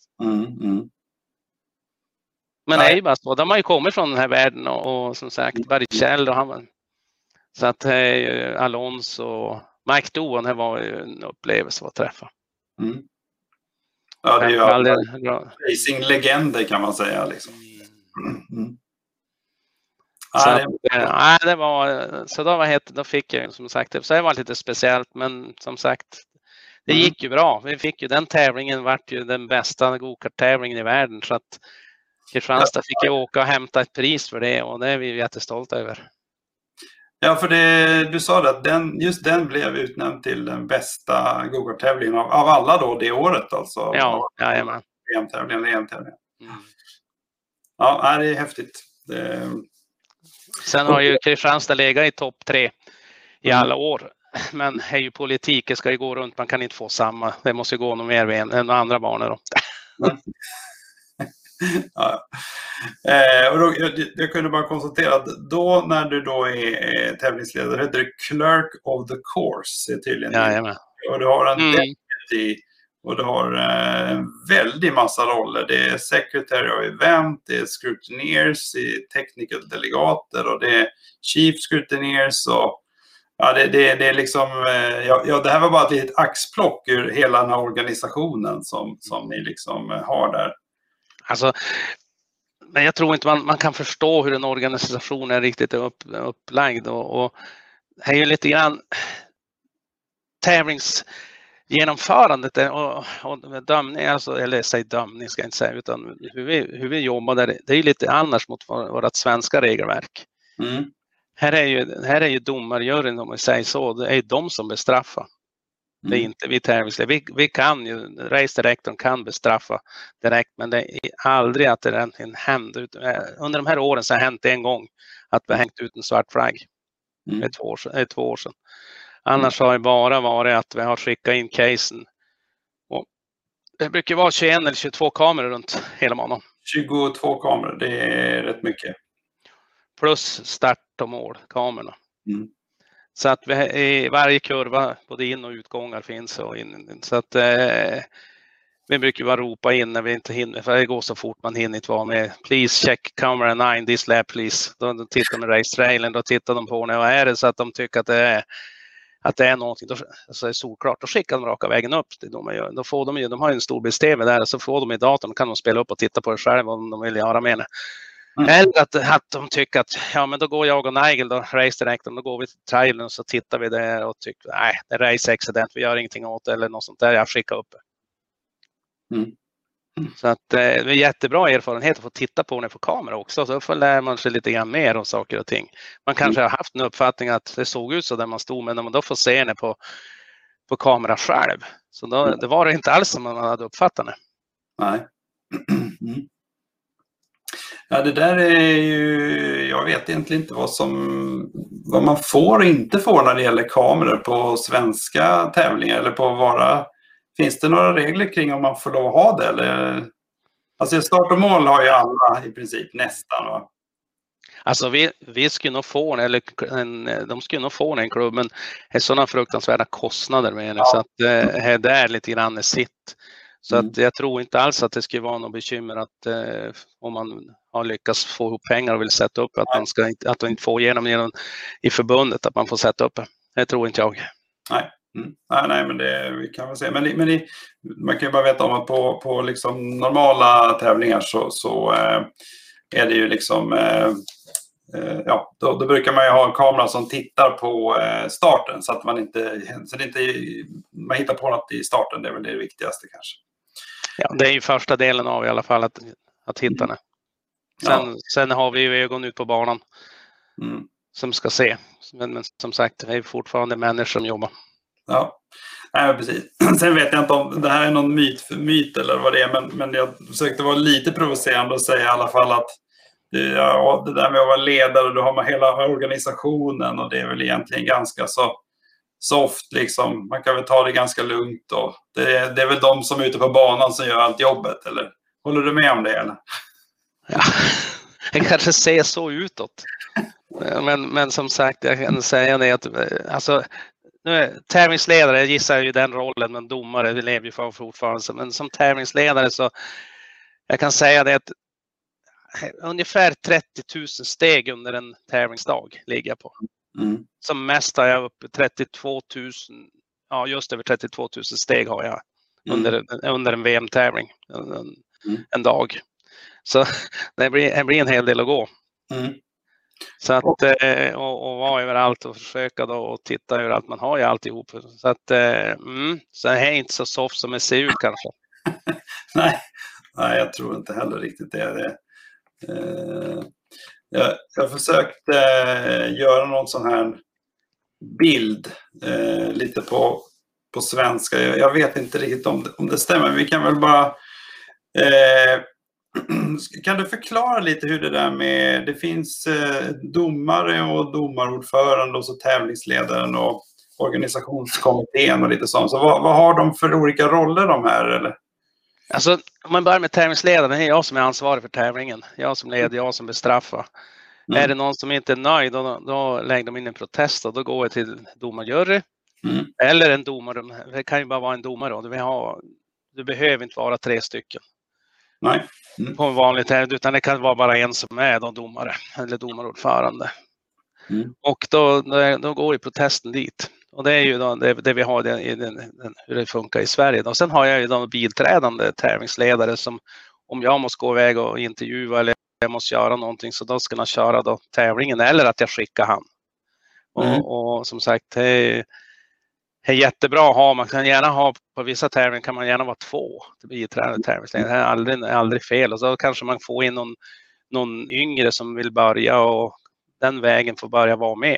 Men det är ju bara så, de har ju kommit från den här världen och som sagt Barrichello och han, så att Alonso och Mike Doohan, det var ju en upplevelse att träffa. Ja, det är ju alla racinglegender kan man säga liksom. Så då fick jag som sagt, så det var lite speciellt, men som sagt det gick ju bra. Vi fick ju den tävlingen, vart ju den bästa go-kart-tävlingen i världen, så att Kristianstad fick ju åka och hämta ett pris för det, och det är vi jättestolta över. Ja, för du sa det att just den blev utnämnd till den bästa go-kart-tävlingen av alla då det året alltså. Ja, jajamän. EM-tävlingen. Ja, det är häftigt. Sen har ju Kristianstad legat i topp 3 i alla år. Men är ju politik, det ska ju gå runt, man kan inte få samma. Det måste ju gå någon mer än andra banor då. Ja. Och då, jag kunde bara konstatera att då när du då är tävlingsledare heter det Clerk of the Course tydligen. Ja, och du har en deputy och du har en väldig massa roller. Det är secretary of event, det är scrutineers, technical delegater och det är chief scrutineers och ja, det är liksom, det här var bara ett litet axplock ur hela den här organisationen som ni liksom har där. Alltså, men jag tror inte man kan förstå hur en organisation är riktigt upplagd och det är ju lite grann tävlingsgenomförandet och dömning, alltså, eller säg dömning ska jag inte säga, utan hur vi jobbar där, det är ju lite annars mot vårt svenska regelverk. Här är ju domarjuryn, om man säger så, det är de som bestraffar. Det är inte vi tävlingsledare. Vi kan ju, race-direktorn kan bestraffa direkt, men det är aldrig att det egentligen händer. Under de här åren så har det hänt en gång att vi har hängt ut en svart flagg. Det är 2 år sedan. Annars har det bara varit att vi har skickat in casen. Och det brukar vara 21 eller 22 kameror runt hela banan. 22 kameror, det är rätt mycket. Plus start- och målkamerorna. Så att i varje kurva både in- och utgångar finns. Så att vi brukar bara ropa in när vi inte hinner, för det går så fort man hinner inte vara med. Please check camera 9, this lap please. Då tittar de med race-trailen, då tittar de på när och är det så att de tycker att det är någonting, då, alltså det är solklart, då skickar de raka vägen upp. Då får de har ju en stor bild-tv där, och så får de i datorn, kan de spela upp och titta på det själv om de vill göra med det. Eller att de tycker att ja, men då går jag och Nigel då, race directorn, då går vi till trailern och så tittar vi där och tycker nej, det är race accident, vi gör ingenting åt det eller något sånt där, jag skickar upp det. Så att det är jättebra erfarenhet att få titta på det på kamera också, så får lär man sig lite grann mer om saker och ting. Man kanske har haft en uppfattning att det såg ut så där man stod, men när man då får se det på kamera själv, så då, det var det inte alls som man hade uppfattat det. Nej. Ja, det där är ju, jag vet egentligen inte vad man får och inte får när det gäller kameror på svenska tävlingar eller på våra. Finns det några regler kring om man får lov att ha det? Eller? Alltså start och mål har ju alla i princip nästan, va? Alltså vi skulle nog få de skulle nog få en klubb, men det är sådana fruktansvärda kostnader med det, så att det är lite grann sitt. Så att jag tror inte alls att det skulle vara något bekymmer att om man har lyckats få ihop pengar och vill sätta upp att de inte får igenom i förbundet att man får sätta upp det. Det tror inte jag. Nej. Nej, men det vi kan väl se. Men man kan ju bara veta om att på liksom normala tävlingar så är det ju liksom ja, då brukar man ju ha en kamera som tittar på starten så att man inte hittar på något i starten. Det är väl det viktigaste kanske. Ja, det är ju första delen av i alla fall att hitta det. Sen har vi ju ögon ut på banan som ska se. Men som sagt, det är fortfarande människor som jobbar. Ja, precis. Sen vet jag inte om det här är någon myt eller vad det är, men jag försökte vara lite provocerande och säga i alla fall att det där med att vara ledare, då har man hela organisationen och det är väl egentligen ganska så soft liksom. Man kan väl ta det ganska lugnt och det är väl de som är ute på banan som gör allt jobbet, eller? Håller du med om det, eller? Ja, jag kanske ser så utåt. Men som sagt, jag kan säga det att alltså, nu är tävlingsledare, jag gissar ju den rollen, men domare, vi lever ju fortfarande. Men som tävlingsledare så jag kan säga det att ungefär 30 000 steg under en tävlingsdag ligger jag på. Som mest har jag upp 32 000, ja just över 32 000 steg har jag under en VM-tävling en dag. Så det blir en hel del att gå. Så att och vara överallt och försöka då och titta överallt, man har ju alltihop. Så att så det är inte så soft som det ser ut kanske. Nej, jag tror inte heller riktigt det. Jag försökte göra någon sån här bild lite på svenska. Jag vet inte riktigt om det stämmer. Vi kan väl bara kan du förklara lite hur det där med, det finns domare och domarordförande och så tävlingsledaren och organisationskommittén och lite sånt. Så vad har de för olika roller de här, eller? Alltså om man börjar med tävlingsledaren, det är jag som är ansvarig för tävlingen. Jag som leder, jag som bestraffar. Är det någon som inte är nöjd, då lägger de in en protest och då går jag till domarjury. Eller en domare, det kan ju bara vara en domare då. Du behöver inte vara 3 stycken. Nej. På en vanlig tävling, utan det kan vara bara en som är då domare eller domarordförande. Och då går ju protesten dit. Och det är ju då det vi har hur det funkar i Sverige. Och sen har jag ju de biträdande tävlingsledare som om jag måste gå iväg och intervjua eller jag måste göra någonting, så då ska man köra då tävlingen eller att jag skickar han. Och som sagt, det är jättebra att ha. Man kan gärna ha på vissa tävlingar kan man gärna vara 2 biträdande tävlingsledare. Det är aldrig fel. Och så kanske man får in någon yngre som vill börja och den vägen får börja vara med.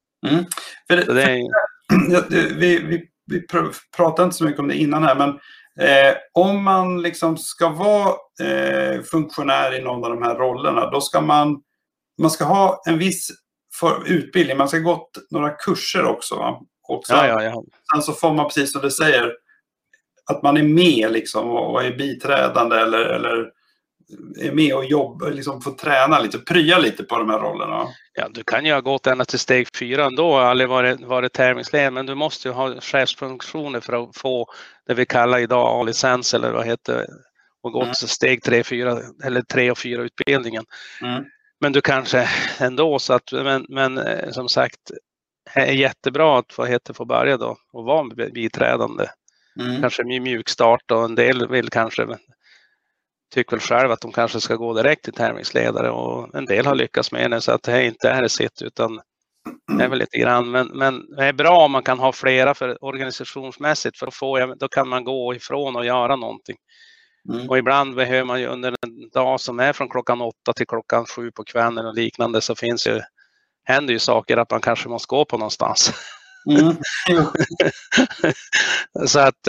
Vi pratade inte så mycket om det innan här, men om man liksom ska vara funktionär i någon av de här rollerna, då ska man ska ha en viss utbildning, man ska gått några kurser också, va? Och sen så får man, precis som du säger, att man är med liksom och är biträdande eller är med och jobbar, liksom får träna lite, prya lite på de här rollerna. Ja, du kan ju ha gått ända till steg 4 ändå, aldrig varit tävlingsledare, men du måste ju ha chefsfunktioner för att få det vi kallar idag A-licens eller vad heter, och gått steg 3, 4 eller 3 och 4 utbildningen. Men du kanske ändå så att, men som sagt, det är jättebra att få börja då och vara biträdande. Kanske mjukstart och en del vill kanske tycker väl själv att de kanske ska gå direkt till tävlingsledare och en del har lyckats med det så att det inte är sitt utan det är väl lite grann. Men det är bra om man kan ha flera för organisationsmässigt för då kan man gå ifrån och göra någonting. Och ibland behöver man ju under en dag som är från klockan 8 till klockan 7 på kvällen och liknande så händer ju saker att man kanske måste gå på någonstans. Så att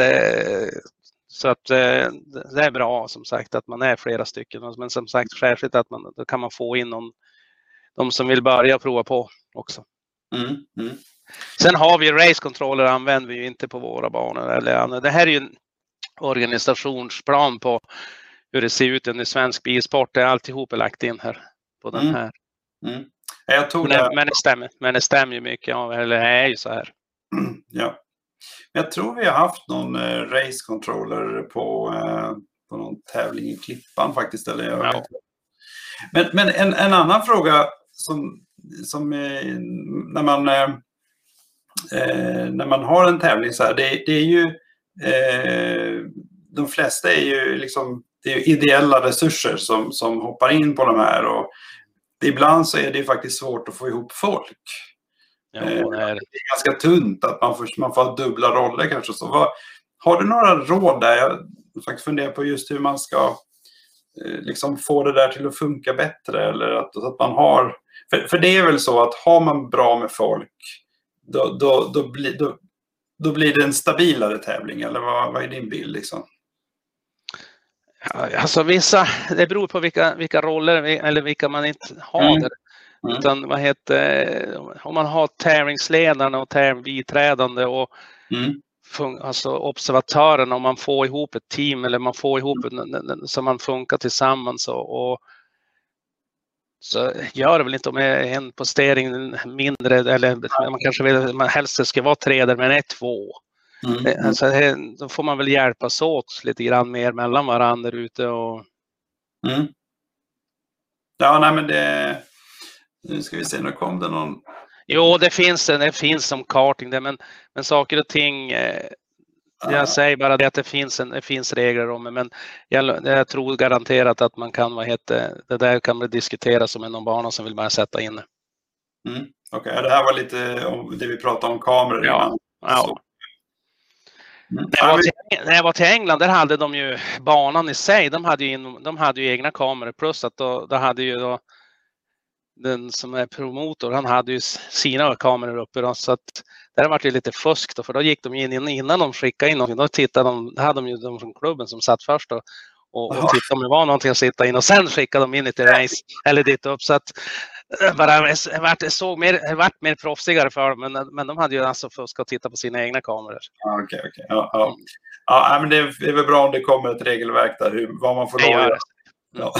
det är bra som sagt att man är flera stycken. Men som sagt särskilt att då kan man få in de som vill börja prova på också. Sen har vi racecontroller använder vi ju inte på våra banor. Det här är ju en organisationsplan på hur det ser ut under svensk bilsport. Det är alltihop lagt in här på den här. Jag tog men det stämmer ju mycket av, eller är ju så här. Ja. Jag tror vi har haft någon race controller på någon tävling i Klippan faktiskt. Eller jag vet. Men en annan fråga som när man har en tävling så här, det är ju de flesta är ju liksom det är ideella resurser som hoppar in på de här och ibland så är det faktiskt svårt att få ihop folk. Ja, det är ganska tunt att man får dubbla roller kanske. Så har du några råd där? Jag faktiskt funderar på just hur man ska liksom få det där till att funka bättre eller att man har för det är väl så att har man bra med folk då blir det en stabilare tävling eller vad är din bild liksom? Ja, alltså det beror på vilka roller eller vilka man inte har. Utan om man har tävlingsledarna och biträdande och alltså observatörerna, om man får ihop ett team eller man får ihop så man funkar tillsammans och så gör det väl inte om en postering mindre eller man kanske vill man helst ska vara 3 där men är 2. Alltså, då får man väl hjälpas åt lite grann mer mellan varandra ute och ja, nej men nu ska vi se, nu kom det någon. Jo, det finns som karting där, men saker och ting jag säger bara det att det finns regler om det, men jag tror garanterat att man kan det där kan man diskutera som någon bana som vill bara sätta in. Okej, det här var lite om det vi pratade om kameror innan. Ja. När jag var till England, där hade de ju banan i sig, de hade ju egna kameror plus att då hade ju då den som är promotor, han hade ju sina kameror uppe då, så att där var det lite fusk då, för då gick de in innan de skickade in någonting, då hade de ju de från klubben som satt först då, och tittade om det var någonting att sitta in och sen skickade de in till race eller dit upp, så att det vart mer proffsigare för dem, men de hade ju alltså fuskat och titta på sina egna kameror. Okej. Ja, men det är väl bra om det kommer ett regelverk där vad man får lov att göra.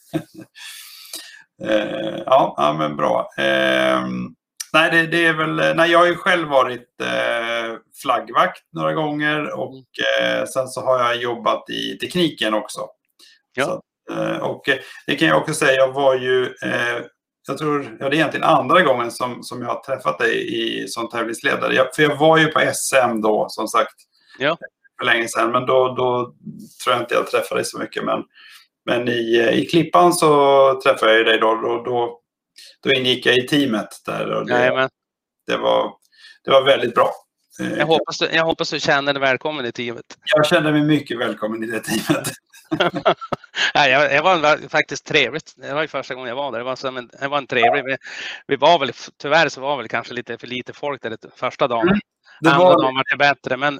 Ja, men bra. Nej, det är väl. Nej, jag har ju själv varit flaggvakt några gånger och sen så har jag jobbat i tekniken också. Ja. Så, och det kan jag också säga. Jag var ju. Jag tror det är egentligen andra gången som jag har träffat dig som tävlingsledare. För jag var ju på SM då som sagt. Ja. För länge sedan, men då tror jag inte jag träffade dig så mycket, men i Klippan så träffade jag dig då ingick jag i teamet där och det var väldigt bra. Jag hoppas du känner dig välkommen i teamet. Jag kände mig mycket välkommen i det teamet. Jag var faktiskt trevligt. Det var ju första gången jag var där. Det var en trevlig. Vi var väl tyvärr så var väl kanske lite för lite folk där första dagen. Andra dagen var det bättre, men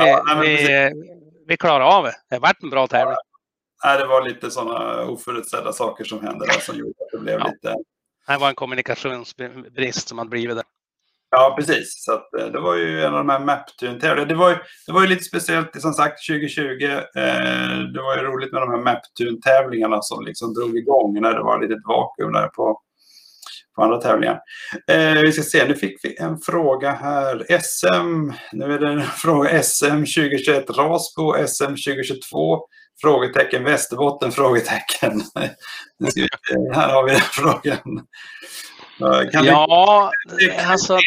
vi klarade av det. Det var en bra tävling. Det var lite sådana oförutsedda saker som hände där som gjorde att det blev lite. Det var en kommunikationsbrist som hade blivit där. Ja, precis. Så att, det var ju en av de här Maptune-tävlingarna. Det var ju lite speciellt, som sagt, 2020. Det var ju roligt med de här Maptune-tävlingarna som liksom drog igång när det var lite vakuum där på på andra tävlingar. Vi ska se, nu fick vi en fråga här. Nu är det en fråga SM 2021 Rasbo, SM 2022, frågetecken Västerbotten, frågetecken. Här har vi den frågan. Alltså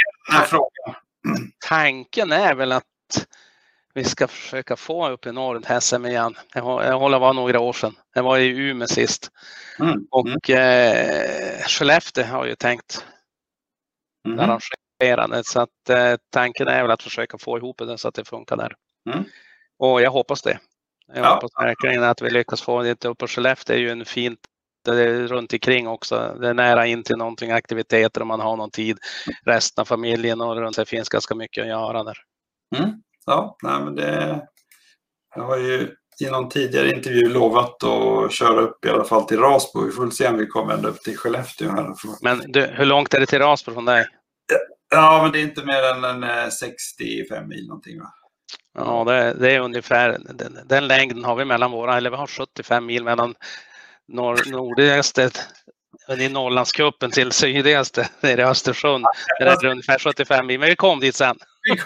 tanken är väl att vi ska försöka få upp i norr SM igen. Jag håller var några år sedan. Jag var i Umeå sist. Och Skellefteå har ju tänkt arrangera det. Så att tanken är väl att försöka få ihop det så att det funkar där. Och jag hoppas det. Jag hoppas verkligen att vi lyckas få det upp. Och Skellefteå är ju en fint, det är runt omkring också. Det är nära in till någonting, aktiviteter om man har någon tid. Resten av familjen och runt det finns ganska mycket att göra där. Ja, nej, men jag har ju i någon tidigare intervju lovat att köra upp i alla fall till Rasbo. Vi får väl se om vi kommer ända upp till Skellefteå här. Men du, hur långt är det till Rasbo från dig? Ja, men det är inte mer än 65 mil någonting, va? Ja, det är ungefär den längden har vi mellan våra, eller vi har 75 mil mellan nordligaste i Norrlandskuppen till sydligaste nere i Östersund. Det är ungefär 75 mil, men vi kom dit sen.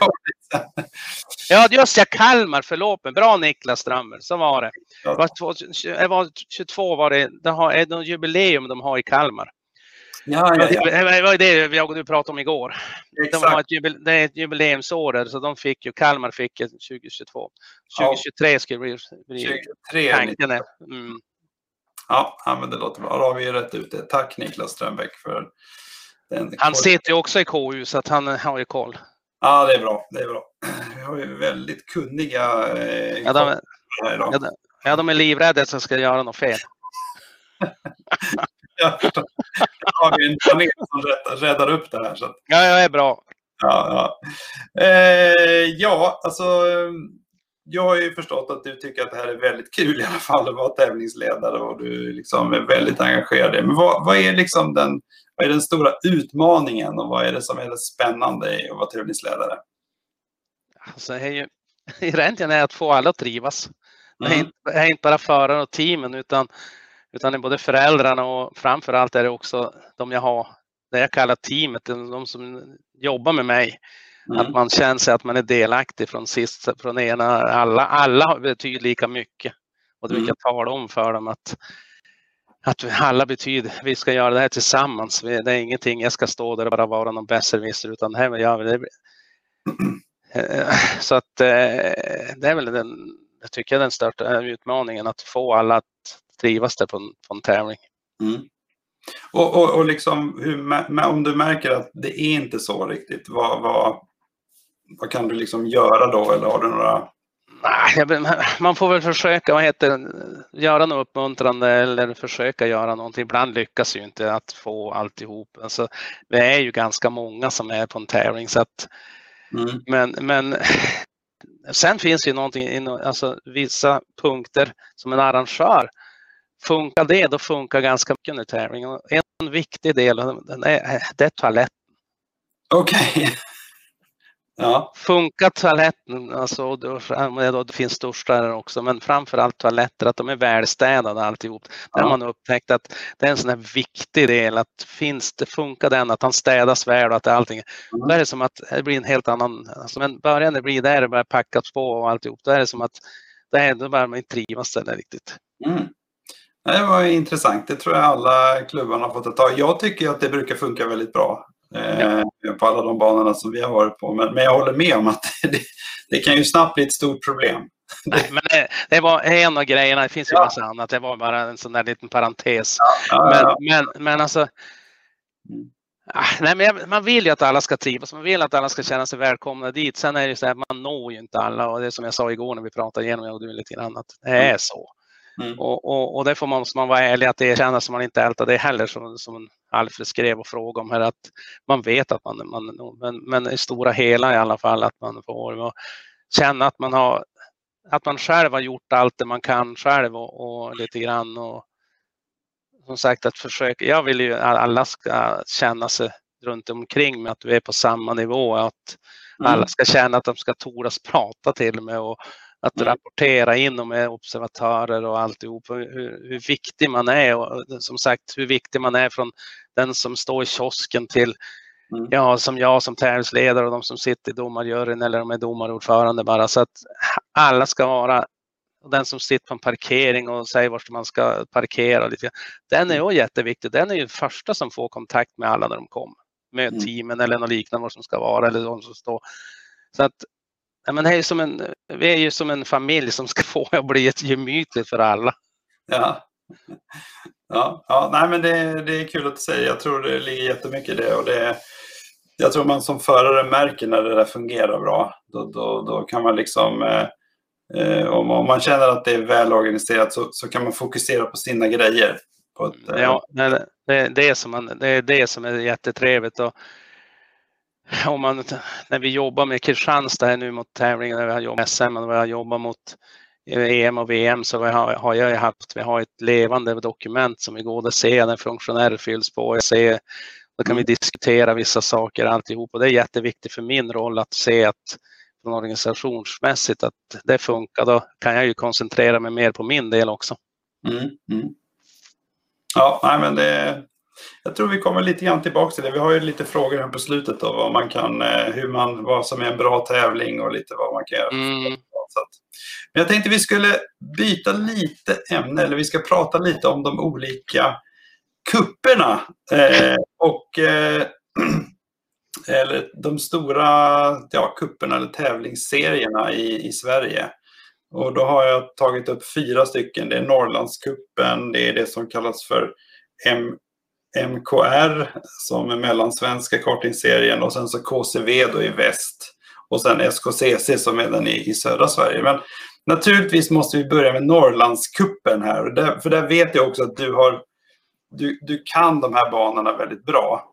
Ja, just jag Kalmar, förlåt mig. Bra Niklas Strömmer, så var det. Det var 22 var det är något jubileum de har i Kalmar. Ja. Det var det jag och du pratade om igår. Exakt. Det är ett jubileumsår där, så Kalmar fick 2022. 2023 skulle bli 2023. Tanken är. Ja, men det låter bra. Då har vi rätt ut det. Tack Niklas Strömbäck för den. Han sitter ju också i KU så att han har ju koll. Ja, det är bra. Vi har ju väldigt kunniga här idag. De är livrädda att jag ska göra något fel. Jag förstår. Jag har ju en panel som räddar upp det här. Så att... Ja, jag är bra. Alltså jag har ju förstått att du tycker att det här är väldigt kul i alla fall att vara tävlingsledare och du liksom är väldigt engagerad. Men vad är liksom vad är den stora utmaningen och vad är det som är det spännande i att vara tävlingsledare? Alltså egentligen är att få alla att trivas. Det är inte bara föraren och teamen utan det är både föräldrarna och framförallt är det också de det jag kallar teamet, de som jobbar med mig. Att man känner sig att man är delaktig från ena, alla betyder lika mycket. Och det vill jag tala om för dem att alla betyder, vi ska göra det här tillsammans. Det är ingenting jag ska stå där och bara vara någon besserwisser utan det här vill jag det. Så att det är väl jag tycker den största utmaningen att få alla att trivas där på en tävling. Och liksom om du märker att det är inte så riktigt, vad kan du liksom göra då, eller har du några? Man får väl försöka göra något uppmuntrande eller försöka göra någonting. Ibland lyckas ju inte att få alltihop. Alltså, vi är ju ganska många som är på en tävling så att men sen finns ju någonting, alltså vissa punkter som en arrangör. Funkar det, då funkar ganska mycket under tävlingen. Och en viktig del det är toaletten. Okej. Ja. Funkar toaletten, alltså det finns duschar också, men framförallt toaletter, att de är välstädade alltihop. Där man har upptäckt att det är en sån här viktig del, att funkar den, att han städas väl och att allting. Då är det som att det blir en helt annan, alltså, men början det blir där det börjar packas på och alltihop, då är det som att då börjar man inte trivas där riktigt. Det var intressant. Det tror jag alla klubbarna har fått ett tag. Jag tycker att det brukar funka väldigt bra på alla de banorna som vi har varit på. Men jag håller med om att det kan ju snabbt bli ett stort problem. Nej, men det var en av grejerna. Det finns ju massa annat. Det var bara en sån där liten parentes. Men alltså... Nej, men man vill ju att alla ska trivas. Man vill att alla ska känna sig välkomna dit. Sen är det ju så att man når ju inte alla. Och det är som jag sa igår när vi pratade igenom och du lite grann att det är så. Och det måste man vara ärlig att erkänna så man inte ältar det heller som Alfred skrev och frågade om här, att man vet att men i stora hela i alla fall att man får känna att man själv har gjort allt det man kan själv och lite grann och som sagt att försöka, jag vill ju att alla ska känna sig runt omkring med att vi är på samma nivå, att alla ska känna att de ska toras prata till mig och att rapportera in med observatörer och alltihop. Hur viktig man är och som sagt hur viktig man är från den som står i kiosken till som jag som tävlingsledare och de som sitter i domarjuryn eller de är domarordförande bara, så att alla ska vara, och den som sitter på en parkering och säger vart man ska parkera lite. Den är ju jätteviktig. Den är ju första som får kontakt med alla när de kommer. Med teamen eller något liknande vad som ska vara eller de som står. Så att men det är vi är ju som en familj som ska få att bli ett gemytligt för alla. Ja, nej men det är kul att säga. Jag tror det ligger jättemycket i det, och jag tror man som förare märker när det där fungerar bra. Då kan man liksom om man känner att det är väl organiserat så kan man fokusera på sina grejer. Det är det som är jättetrevligt. Och när vi jobbar med Kristianstad här nu mot tävlingen, när vi har jobbat med SM och vi har jobbat mot EM och VM, så vi har ett levande dokument som vi går och ser när funktionärer fylls på. Då kan vi diskutera vissa saker alltihop, och det är jätteviktigt för min roll att se att från organisationsmässigt att det funkar. Då kan jag ju koncentrera mig mer på min del också. Ja, nej men jag tror vi kommer lite grann tillbaka till det. Vi har ju lite frågor här på slutet då, vad man kan, vad som är en bra tävling och lite vad man kan göra. Men jag tänkte vi skulle byta lite ämne, eller vi ska prata lite om de olika kupperna eller de stora kupperna eller tävlingsserierna i Sverige. Och då har jag tagit upp 4 stycken. Det är Norrlandskuppen, det är det som kallas för MKR som är mellansvenska kartingserien, och sen så KCV då i väst, och sen SKCC som är den i södra Sverige. Men naturligtvis måste vi börja med Norrlandskuppen här, för där vet jag också att du kan de här banorna väldigt bra.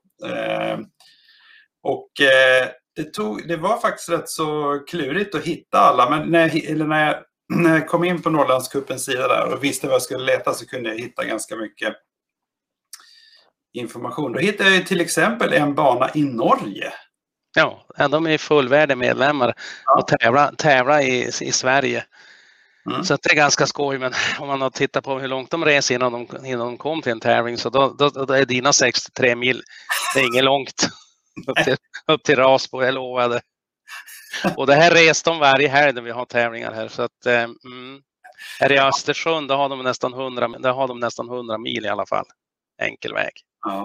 Det var faktiskt rätt så klurigt att hitta alla, men när jag kom in på Norrlandskuppens sida där och visste vad jag skulle leta, så kunde jag hitta ganska mycket information. Då hittade jag till exempel en bana i Norge. Ja, de är fullvärdiga medlemmar och tävlar i Sverige. Så att det är ganska skoj, men om man har tittat på hur långt de reser innan de kom till en tävling, så då är dina 63 mil, det är inget långt upp till Rasbo, jag lovade. Och det här reser de varje helg när vi har tävlingar här, så att här i Östersund då har de nästan 100 mil i alla fall, enkel väg.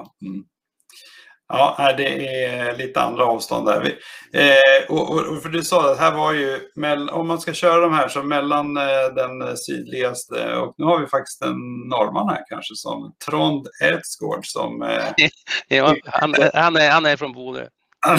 Ja, det är lite andra avstånd där. Och för du sa att här var ju, om man ska köra de här så mellan den sydligaste, och nu har vi faktiskt en norrman här kanske som Trond Ertsgård som... Ja, han är från Bodö.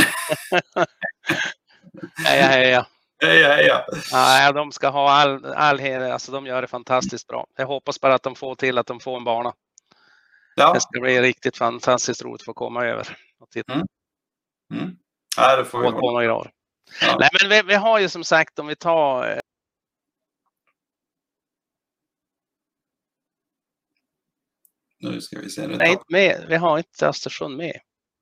Heja. Ja, de ska ha all heder, alltså de gör det fantastiskt bra. Jag hoppas bara att de får en bana. Ja. Det ska bli riktigt fantastiskt roligt att få komma över och titta. Ja, det får vi på några år. Ja. Nej, men vi har ju som sagt, om vi tar... Nu ska vi se. Nej, inte med. Vi har inte Östersund med.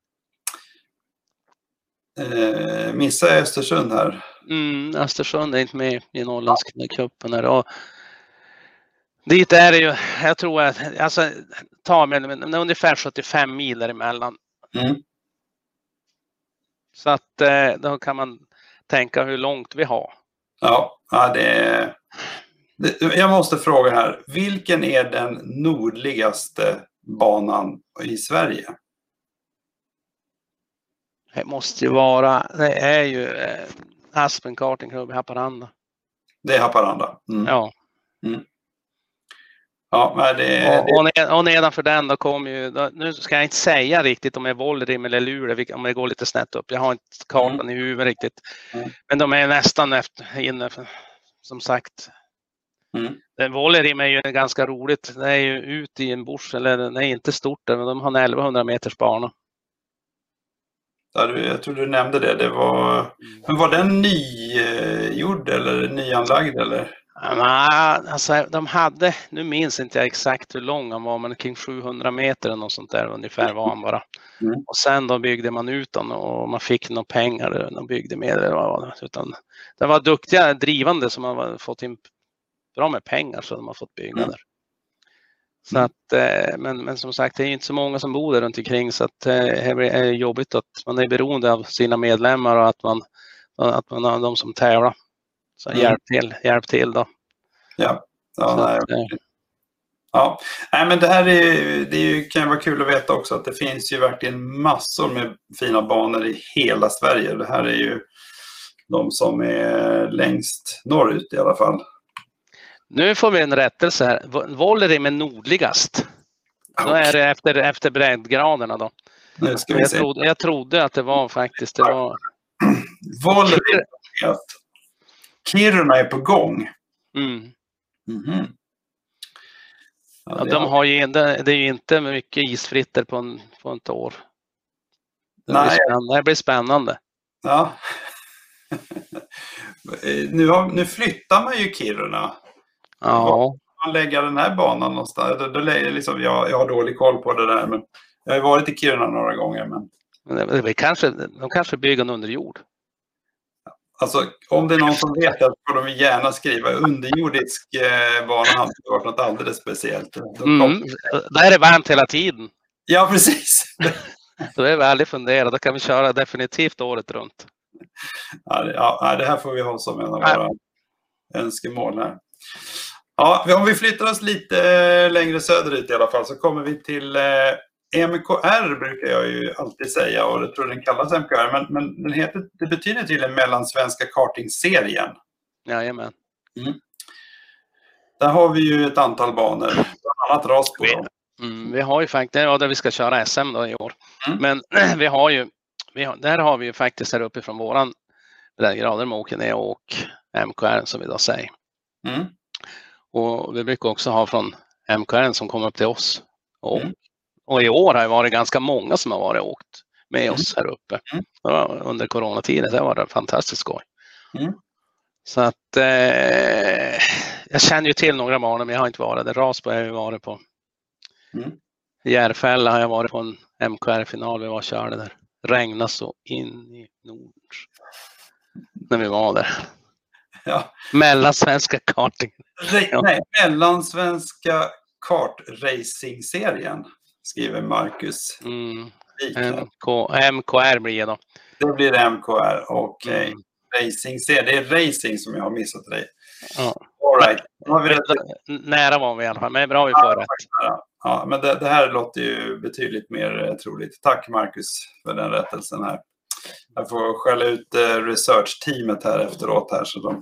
Missar Östersund här. Östersund är inte med i Norrlandscupen här. Och dit är det ju, jag tror att, alltså, men ungefär 75 mil däremellan. Så att då kan man tänka hur långt vi har. Ja, jag måste fråga här. Vilken är den nordligaste banan i Sverige? Det måste ju vara, det är ju Aspen Karting Club i Haparanda. Det är Haparanda? Ja. Ja, och nedanför den då kommer ju, nu ska jag inte säga riktigt om det är Vollerim eller Luleå, om det går lite snett upp. Jag har inte kartan i huvudet riktigt. Men de är nästan inne, som sagt. Vollerim är ju ganska roligt. Det är ju ute i en bush, eller den är inte stort, men de har en 1100 meters bana. Ja, jag tror du nämnde det. Men var den nygjord eller nyanlagd eller? Alltså de hade, nu minns inte jag exakt hur lång han var, men kring 700 meter eller något sånt där ungefär var han bara. Och sen då byggde man ut den och man fick några pengar och byggde med det. Utan det var duktiga drivande som har fått in bra med pengar så de har fått bygga där. Så att, men som sagt, det är inte så många som bor där runt omkring, så att det är jobbigt att man är beroende av sina medlemmar och att man har de som tävlar. Så hjälp till då. Ja, nej, men det här kan vara kul att veta också att det finns ju verkligen massor med fina banor i hela Sverige. Det här är ju de som är längst norrut i alla fall. Nu får vi en rättelse här. Vollerim är nordligast. Då är det efter breddgraderna då. Nu ska vi se. Jag trodde att det var faktiskt... Vollerim. Kiruna är på gång. Ja, de har ju, det är ju inte mycket isfritter på ett år. Det blir spännande. Ja. Nu flyttar man ju Kiruna. Ja. Man lägger den här banan någonstans. Liksom, jag har dålig koll på det där, men jag har varit i Kiruna några gånger. Men de kanske bygger en under jord. Alltså, om det är någon som vet det får de gärna skriva underjordisk bana hade varit något alldeles speciellt. Där är det varmt hela tiden. Ja, precis. Då är vi aldrig fundera. Då kan vi köra definitivt året runt. Ja, det här får vi ha som en av våra önskemål här. Ja, om vi flyttar oss lite längre söderut i alla fall så kommer vi till MKR brukar jag ju alltid säga, och jag tror den kallas MKR, men det betyder tydligen Mellansvenska kartingserien. Jajamän. Där har vi ju ett antal banor, bland annat Rasbo. Vi har ju faktiskt, där vi ska köra SM då i år. Men där har vi ju faktiskt här uppifrån våran breddgrader med åker ner och MKR som vi då säger. Och vi brukar också ha från MKR som kommer upp till oss. Och i år har det varit ganska många som har varit åkt med oss här uppe. Under coronatiden, det var det fantastiskt skoj. Så att jag känner ju till några banor, men jag har inte varit där. Rasbo har jag varit på. Järfälla har jag varit på en MKR-final. Vi var och körde där. Regnade så in i nord när vi var där. Ja. Mellansvenska karting. Nej, Mellansvenska kartracing-serien, skriver Marcus. MKR blir det då. Det blir MKR och racing-serien. Det är racing som jag har missat dig. All right. Nära var vi i alla fall, men bra vi får rätt. Ja, men det här låter ju betydligt mer troligt. Tack Marcus för den rättelsen här. Jag får skälla ut research-teamet här efteråt här. Så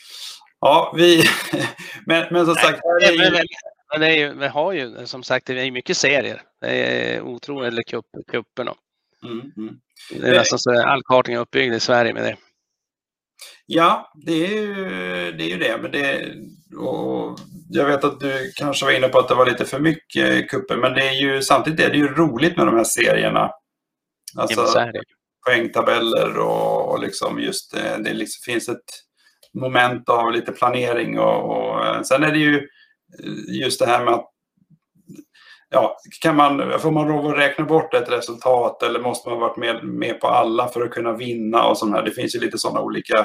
men som sagt... Vi har ju som sagt det är mycket serier. Det är otroligt, eller kupperna. Det är nästan så all karting är uppbyggd i Sverige med det. Ja, det är ju det. Men och jag vet att du kanske var inne på att det var lite för mycket kupper, men det är ju samtidigt är det ju roligt med de här serierna. Alltså poängtabeller och liksom just det liksom finns ett moment av lite planering och sen är det ju just det här med att får man lov att räkna bort ett resultat eller måste man varit med på alla för att kunna vinna och sånt här. Det finns ju lite sådana olika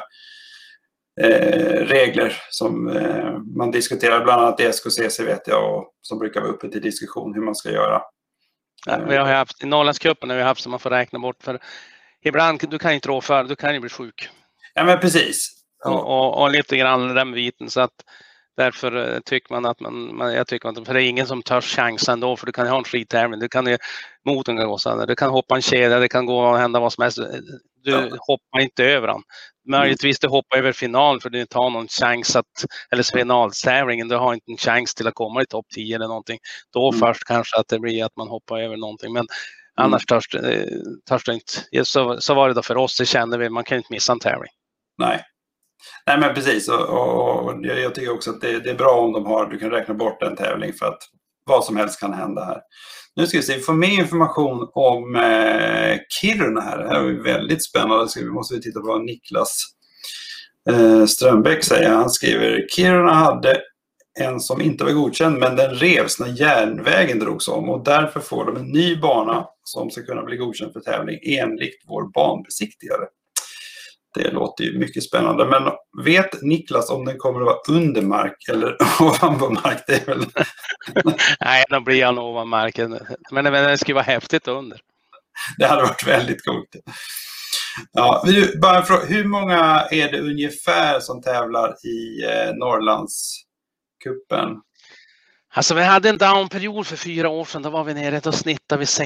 regler som man diskuterar bland annat i SKCC vet jag, och som brukar vara uppe till diskussion hur man ska göra. Vi har haft i Norrlandscupen har vi haft som man får räkna bort, för ibland du kan inte rå för, du kan ju bli sjuk. Ja men precis. Och lite grann den biten, så att därför tycker man att jag tycker att för det är ingen som tar chansen ändå, för du kan ha en skittävling, du kan ju motorn kan gå sönder, du kan hoppa en kedja, det kan gå och hända vad som helst. Du hoppar inte över den. Möjligtvis du hoppar över final för du inte har någon chans eller finaltävlingen, du har inte en chans till att komma i topp 10 eller någonting. Då först kanske att det blir att man hoppar över någonting, men annars törs det inte. Så var det då för oss, det kände vi, man kan inte missa en tävling. Nej men precis, och jag tycker också att det är bra om du kan räkna bort en tävling för att vad som helst kan hända här. Nu ska vi se, vi får mer information om Kiruna här. Det här är väldigt spännande, måste vi titta på Niklas Strömbäck säger, han skriver, Kiruna hade en som inte var godkänd, men den revs när järnvägen drogs om och därför får de en ny bana som ska kunna bli godkänd för tävling enligt vår banbesiktigare. Det låter ju mycket spännande, men vet Niklas om den kommer att vara under mark eller ovanpå mark? Det är väl... Nej, då blir han ovan marken. Men det skulle vara häftigt under. Det hade varit väldigt coolt. Ja, bara fråga, hur många är det ungefär som tävlar i Norrlandscupen? Alltså vi hade en downperiod för 4 år sedan. Då var vi nere, då snittade vi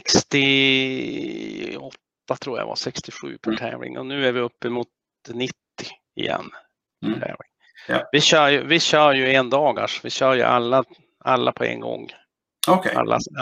68 tror jag var, 67 per tävling. Och nu är vi uppe mot 90 igen. Ja. Vi kör ju en dagars. Vi kör ju alla på en gång. Okay.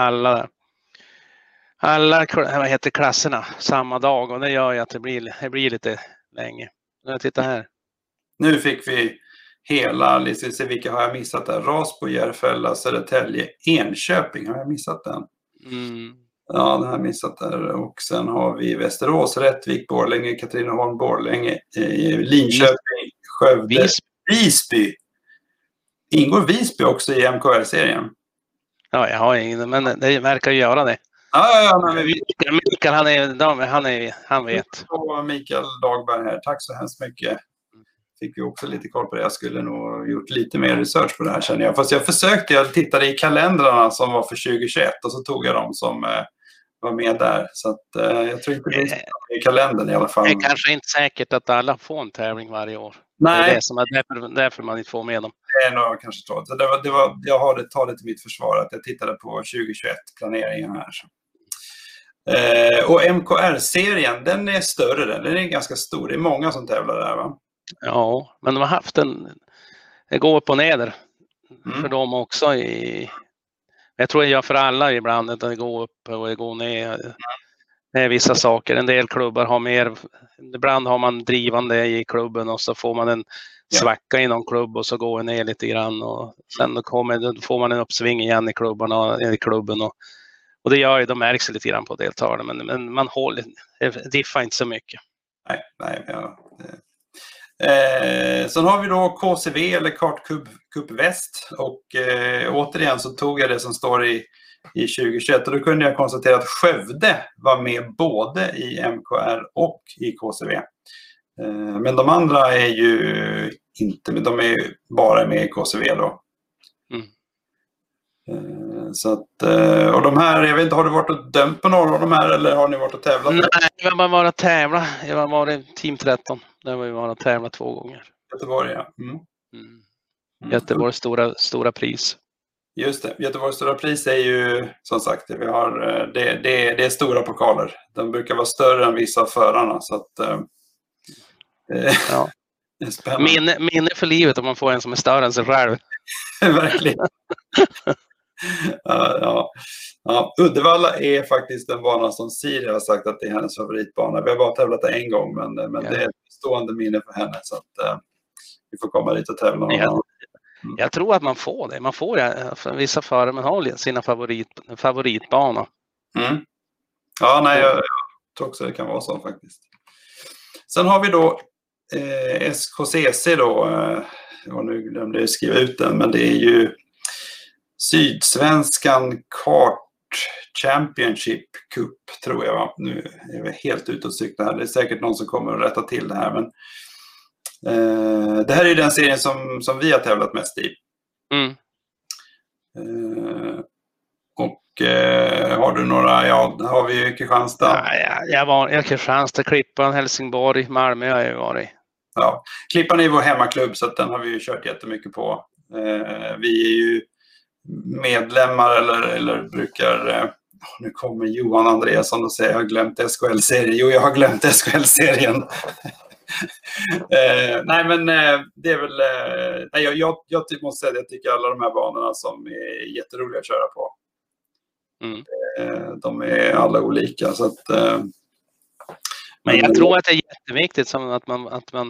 Alla klasserna samma dag, och det gör ju att det blir lite länge. Titta här. Nu fick vi hela listan. Vilka har jag missat där? Rasbo, Järfälla, Södertälje, Enköping. Har jag missat den? Ja, den har jag missat där. Och sen har vi Västerås, Rättvik, Borlänge, Katrineholm, Borlänge, Linköping, Skövde, Visby. Ingår Visby också i MKR-serien? Ja, jag har ingen, men det verkar ju göra det. Ja, men Mikael, han vet. Och Mikael Dagberg här, tack så hemskt mycket. Fick vi också lite koll på det. Jag skulle nog gjort lite mer research på det här, känner jag. Fast jag tittade i kalendrarna som var för 2021 och så tog jag dem som var med där. Så att, jag tror inte det är i kalendern i alla fall. Det är kanske inte säkert att alla får en tävling varje år. Nej. Det är det som är därför man inte får med dem. Det är nog kanske så. Jag har det talet till mitt försvar att jag tittade på 2021-planeringen här. Så. Och MKR-serien, den är större. Den är ganska stor. Det är många som tävlar där, va? Ja, men de har haft det går upp och ner för dem också. Jag tror jag gör för alla ibland att det går upp och det går ner. Det är vissa saker. En del klubbar har mer. Ibland har man drivande i klubben och så får man en svacka i någon klubb och så går det ner lite grann. Och sen då får man en uppsving igen i klubben och det gör ju, de märks lite grann på deltagarna. Men man håller, det diffar inte så mycket. Nej, ja. Sen har vi då KCV eller Kartcup Väst och återigen så tog jag det som står i 2021 och då kunde jag konstatera att Skövde var med både i MKR och i KCV. Men de andra är ju inte med, de är bara med i KCV då. Så att, och de här, jag vet inte, har du varit och dömt på några av de här eller har ni varit och tävlat? Nej, jag har bara varit och tävla. Jag har varit Team 13. Där var vi bara och tävla 2 gånger. Göteborg, ja. Göteborgs stora pris. Just det, Göteborgs stora pris är ju som sagt, vi har, det är stora pokaler. De brukar vara större än vissa av förarna så att ja. Det är spännande. Minne för livet om man får en som är större än sig själv. Verkligen. Ja. Uddevalla är faktiskt den bana som Siri har sagt att det är hennes favoritbana. Vi har bara tävlat en gång men det är ett stående minne för henne så att vi får komma dit och tävla. Jag tror att man får det. Man får det för vissa förare, man har sina favoritbana. Ja, nej, jag tror också det kan vara så faktiskt. Sen har vi då SKCC då, och nu glömde jag skriva ut den, men det är ju Sydsvenskan Kart Championship Cup tror jag, va? Nu är vi helt ute och cykla här. Det är säkert någon som kommer att rätta till det här, men det här är ju den serien som vi har tävlat mest i. Har du några, har vi Kristianstad? Jag var Kristianstad, Klippan, Helsingborg, Malmö har jag varit. Ja, Klippan är vår hemmaklubb så att den har vi ju kört jättemycket på. Vi är ju medlemmar eller brukar, nu kommer Johan Andreasson och säger jag har glömt SKL-serien. Jo, jag har glömt SKL-serien. Nej, men det är väl, jag måste säga att jag tycker alla de här banorna som är jätteroliga att köra på. De är alla olika så att men jag tror att det är jätteviktigt som att man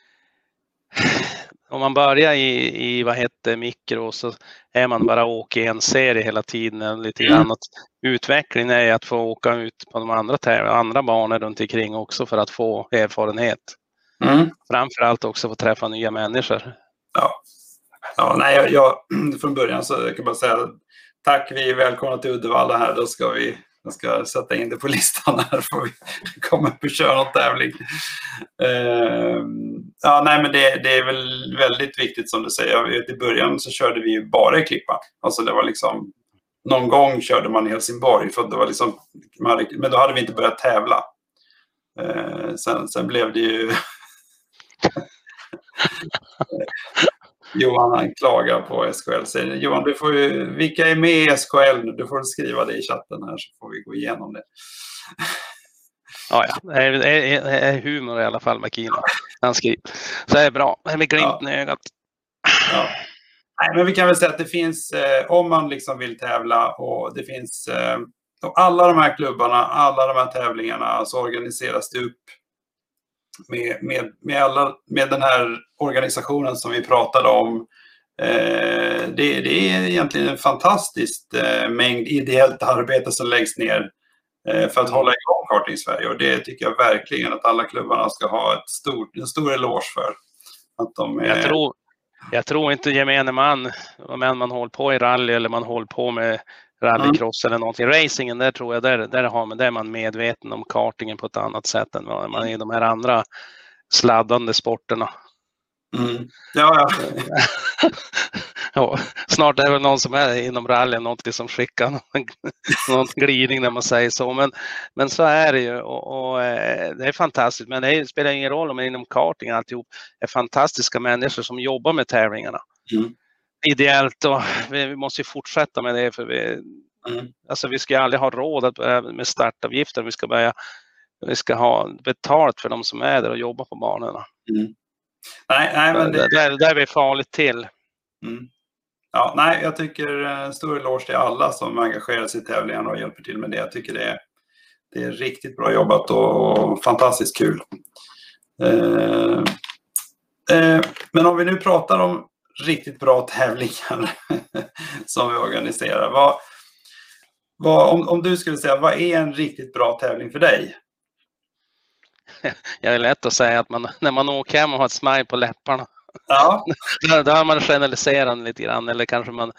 om man börjar i vad heter mikro så är man bara åker i en serie hela tiden lite grann. Utvecklingen är att få åka ut på de andra banor runt omkring också för att få erfarenhet. Framförallt också få träffa nya människor. Ja, nej, jag från början så jag kan bara säga tack, vi är välkomna till Uddevalla här. Jag ska sätta in det på listan här för vi kommer upp och köra någon tävling. Ja, nej, men det är väl väldigt viktigt som du säger. I början så körde vi ju bara i Klippan. Alltså det var liksom, någon gång körde man i Helsingborg för det var liksom, men då hade vi inte börjat tävla. Sen blev det ju Johan han klagar på SKL. Säger, Johan, vilka är med i SKL nu? Du får skriva det i chatten här så får vi gå igenom det. Ja. Det är humor i alla fall med Kino. Han skriver. Så det är bra. Det är med glimten i ögat. Ja. Nej, men vi kan väl säga att det finns, om man liksom vill tävla och det finns, och alla de här klubbarna, alla de här tävlingarna så organiseras det upp med den här organisationen som vi pratade om. Det är egentligen en fantastisk mängd ideellt arbete som läggs ner för att hålla igång karting i Sverige, och det tycker jag verkligen att alla klubbarna ska ha en stor eloge för. Att de jag tror inte gemene man, om man håller på i rally eller man håller på med rallycross eller någonting. Racingen, där tror jag, där är man medveten om kartingen på ett annat sätt än vad man är i de här andra sladdande sporterna. Ja. Ja, snart är det väl någon som är inom rally, någonting som skickar någon glidning när man säger så, men så är det ju, och det är fantastiskt, men det spelar ingen roll om det är inom karting, alltihop är fantastiska människor som jobbar med tävlingarna ideellt, och vi måste ju fortsätta med det, för alltså vi ska aldrig ha råd med startavgifter, vi ska ha betalt för de som är där och jobbar på banorna. Nej, men där är vi farligt till. Ja, nej, jag tycker stor eloge till alla som engagerar sig i tävlingarna och hjälper till med det. Jag tycker det är riktigt bra jobbat och fantastiskt kul. Men om vi nu pratar om riktigt bra tävlingar som vi organiserar. Om du skulle säga, vad är en riktigt bra tävling för dig? Jag är lätt att säga att när man åker hem och har ett smile på läpparna. Ja. Då har man generaliserat lite grann, eller kanske man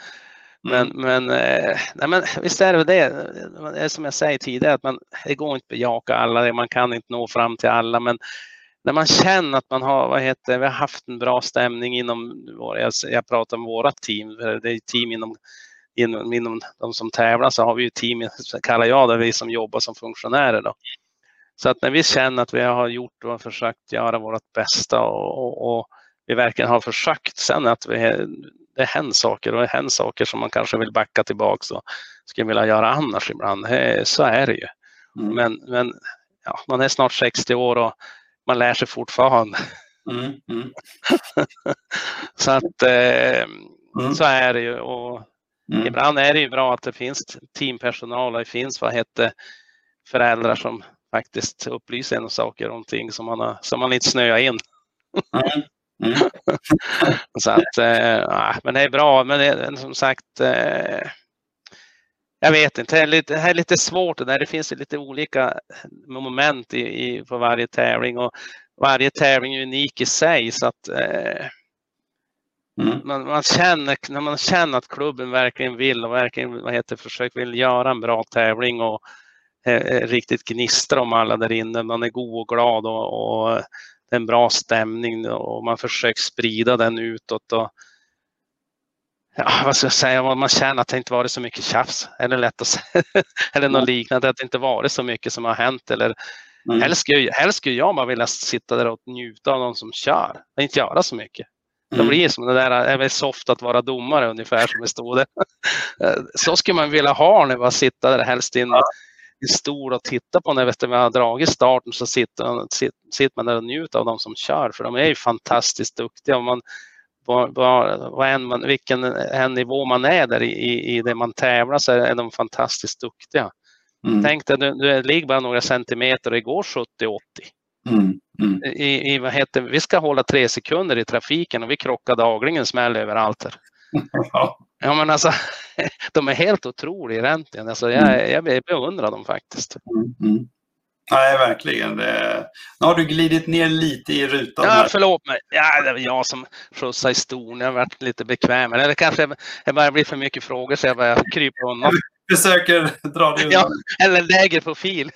men visst är det är som jag säger tidigare, att det går inte att bejaka alla, man kan inte nå fram till alla, men när man känner att man har vi har haft en bra stämning inom jag pratar om våra team, det är team inom de som tävlar, så har vi ju team, kallar jag det, vi som jobbar som funktionärer då. Så att när vi känner att vi har gjort och försökt göra vårt bästa och vi verkligen har försökt, sen att det händer saker som man kanske vill backa tillbaka och skulle vilja göra annars ibland. Så är det ju. Men ja, man är snart 60 år och man lär sig fortfarande. Så att så är det ju, och ibland är det ju bra att det finns teampersonal och det finns föräldrar som faktiskt upplyser en om saker och ting som man inte snöar in. Så att men det är bra, men det är, som sagt jag vet inte, det är lite svårt det där. Det finns lite olika moment på varje tävling, och varje tävling är unik i sig, så att när man känner att klubben verkligen vill och verkligen vill göra en bra tävling och riktigt gnistrar om alla där inne, man är god och glad och det är en bra stämning och man försöker sprida den utåt, och vad ska jag säga, man känner att det inte varit så mycket tjafs, eller lätt att säga, eller något liknande, att det inte varit så mycket som har hänt, eller helst skulle jag bara vilja sitta där och njuta av de som kör och inte göra så mycket. Det blir som det där, är väl soft att vara domare ungefär, som det stod det. Så skulle man vilja ha när man sitter där, helst i en stol och titta på när vi har dragit starten, så sitter man där och njuter av de som kör, för de är ju fantastiskt duktiga, och vilken nivå man är där i det man tävlar, så är de fantastiskt duktiga. Tänk dig, du ligger bara några centimeter och igår 70-80. Vi ska hålla 3 sekunder i trafiken och vi krockar dagligen, smäll överallt här. Ja, men alltså, de är helt otroliga egentligen. Alltså, jag beundrar dem faktiskt. Nej, verkligen. Nu har du glidit ner lite i rutan. Ja, här. förlåt mig. Ja, det var jag som skjutsade i stolen. Jag har varit lite bekväm. Eller kanske det bara blir för mycket frågor så jag börjar krypa undan. Försöker dra dig undan. Ja, eller lägre profil.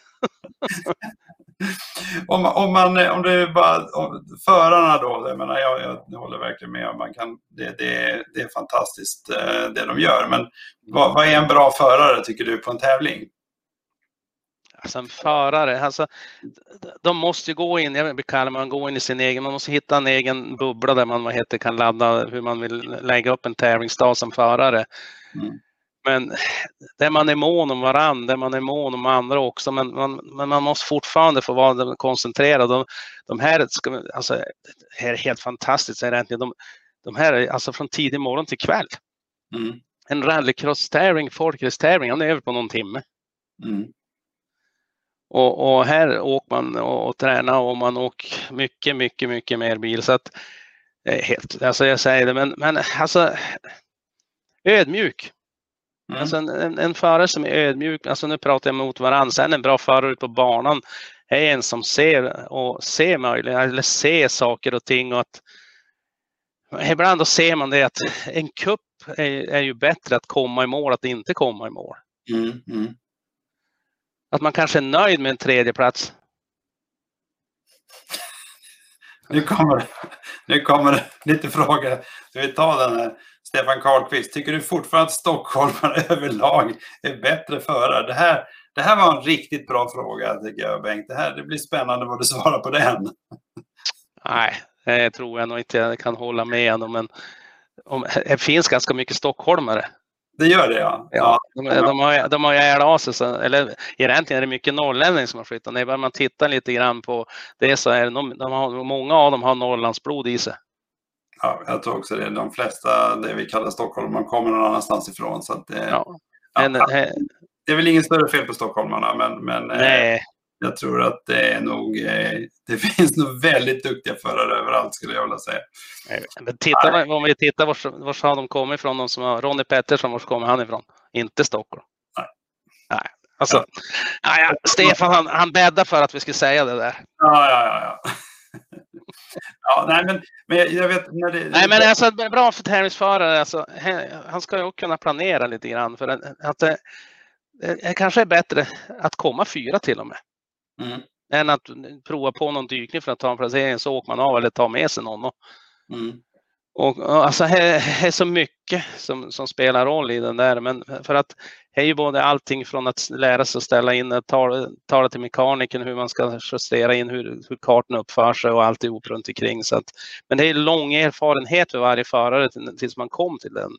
Om det bara förarna då, jag menar, jag håller verkligen med om det är fantastiskt det de gör, men vad är en bra förare tycker du på en tävling? Alltså en förare, alltså de måste ju gå in, jag brukar man gå in i sin egen, man måste hitta en egen bubbla där man kan ladda hur man vill lägga upp en tävlingsdag som förare. Men där man är mån om varandra, där man är mån om andra också, men man måste fortfarande få vara koncentrerad. De här alltså, är helt fantastiskt egentligen. De här är alltså från tidig morgon till kväll. En rallycross-tävling, folkrace-tävling, han är över på någon timme. Och här åker man och tränar och man åker mycket mer bil, så att helt, alltså jag säger det, men alltså ödmjuk. Alltså en förare som är ödmjuk, alltså nu pratar jag mot varandra, sen en bra förare på banan är en som ser möjligt, eller ser saker och ting, och att ibland då ser man det att en kupp är ju bättre att komma i mål att inte komma i mål. Att man kanske är nöjd med en tredje plats. Nu kommer det lite frågor. Ska vi ta den här? Stefan Karlqvist, tycker du fortfarande att stockholmare överlag är bättre förare? Det här var en riktigt bra fråga, tycker jag, Bengt. Det blir spännande vad du svarar på den. Nej, det tror jag nog inte jag kan hålla med om, men det finns ganska mycket stockholmare. Det gör det, ja. Ja, de har ju av sig, eller egentligen är det mycket norrlänningar som har flyttat ner. När man tittar lite grann på det så är det, många av dem har Norrlandsblod i sig. Ja, jag tror också det. De flesta, det vi kallar Stockholm, man kommer någon annanstans ifrån. Så att det är väl ingen större fel på stockholmarna, men jag tror att det finns nog väldigt duktiga förare överallt, skulle jag vilja säga. Men om vi tittar var har de kommit ifrån, de som har Ronny Pettersson, var kommer han ifrån? Inte Stockholm. Nej. Alltså, Stefan han bäddar för att vi ska säga det där. Ja. Ja, nej, men jag vet när det... Nej, men alltså bra för tävlingsförare, alltså, han ska ju också kunna planera lite grann, för att det kanske är bättre att komma 4 till och med. Än att prova på någon dykning för att ta en placering, så åker man av eller tar med sig någon. Och alltså det är så mycket som spelar roll i den där, men för att det är ju både allting från att lära sig att ställa in, tala till mekanikern hur man ska justera in, hur kartan uppför sig och alltihop runt omkring. Så att, men det är lång erfarenhet för varje förare tills man kom till den.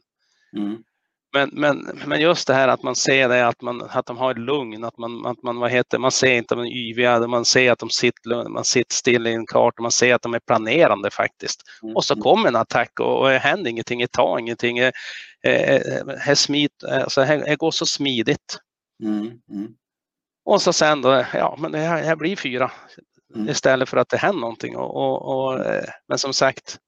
Men just det här att man ser det, att de har ett lugn, att man ser inte de yviga, man ser att de sitter still i en karta, man ser att de är planerande faktiskt. Och så kommer en attack och det händer ingenting, det tar ingenting, det går så smidigt. Och så sen då, men det här blir 4 istället för att det händer någonting. Men som sagt,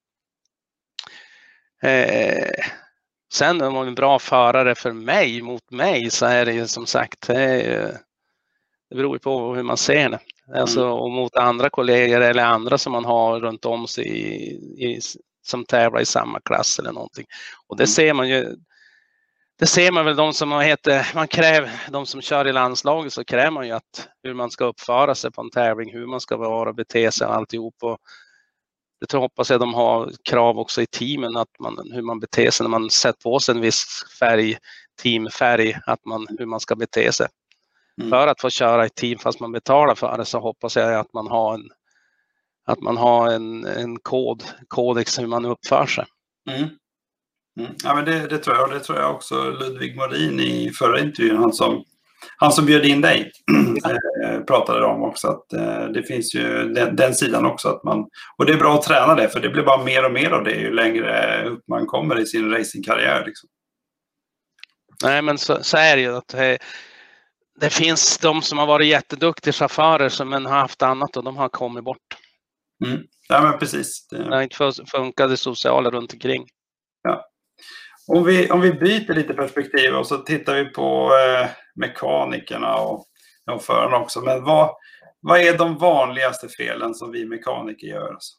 sen om man är en bra förare för mig mot mig, så är det ju som sagt, det beror ju på hur man ser det. Alltså, och mot andra kollegor eller andra som man har runt om sig som tävlar i samma klass eller någonting. Och det ser man ju. Det ser man väl, de som kör i landslaget, så kräver man ju att hur man ska uppföra sig på en tävling, hur man ska vara, bete sig och alltihop. Och det hoppas jag de har krav också i teamen, hur man beter sig när man sätter på sig en viss teamfärg, hur man ska bete sig. För att få köra i team fast man betalar för det, så hoppas jag att man har en kodex hur man uppför sig. Ja, men det tror jag. Det tror jag också Ludvig Morin i förra intervjun, han som bjöd in dig, pratade om också, att det finns ju den sidan också, och det är bra att träna det, för det blir bara mer och mer av det ju längre upp man kommer i sin racingkarriär liksom. Nej, men så är det ju att det finns de som har varit jätteduktiga chaufförer men har haft annat och de har kommit bort. Ja, men precis. Det har inte funkat det sociala runt omkring. Ja. Om vi byter lite perspektiv och så tittar vi på mekanikerna och förarna också. Men vad är de vanligaste felen som vi mekaniker gör? Alltså?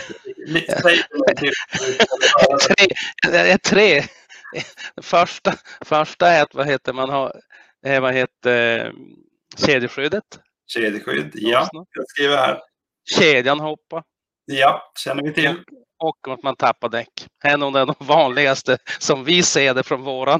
Tre. Första är att kedjeskyddet. Kedjeskydd, ja. Jag skriver här. Kedjan hoppar. Ja, känner vi till. Och att man tappar däck. Det är nog de vanligaste som vi ser det från våran.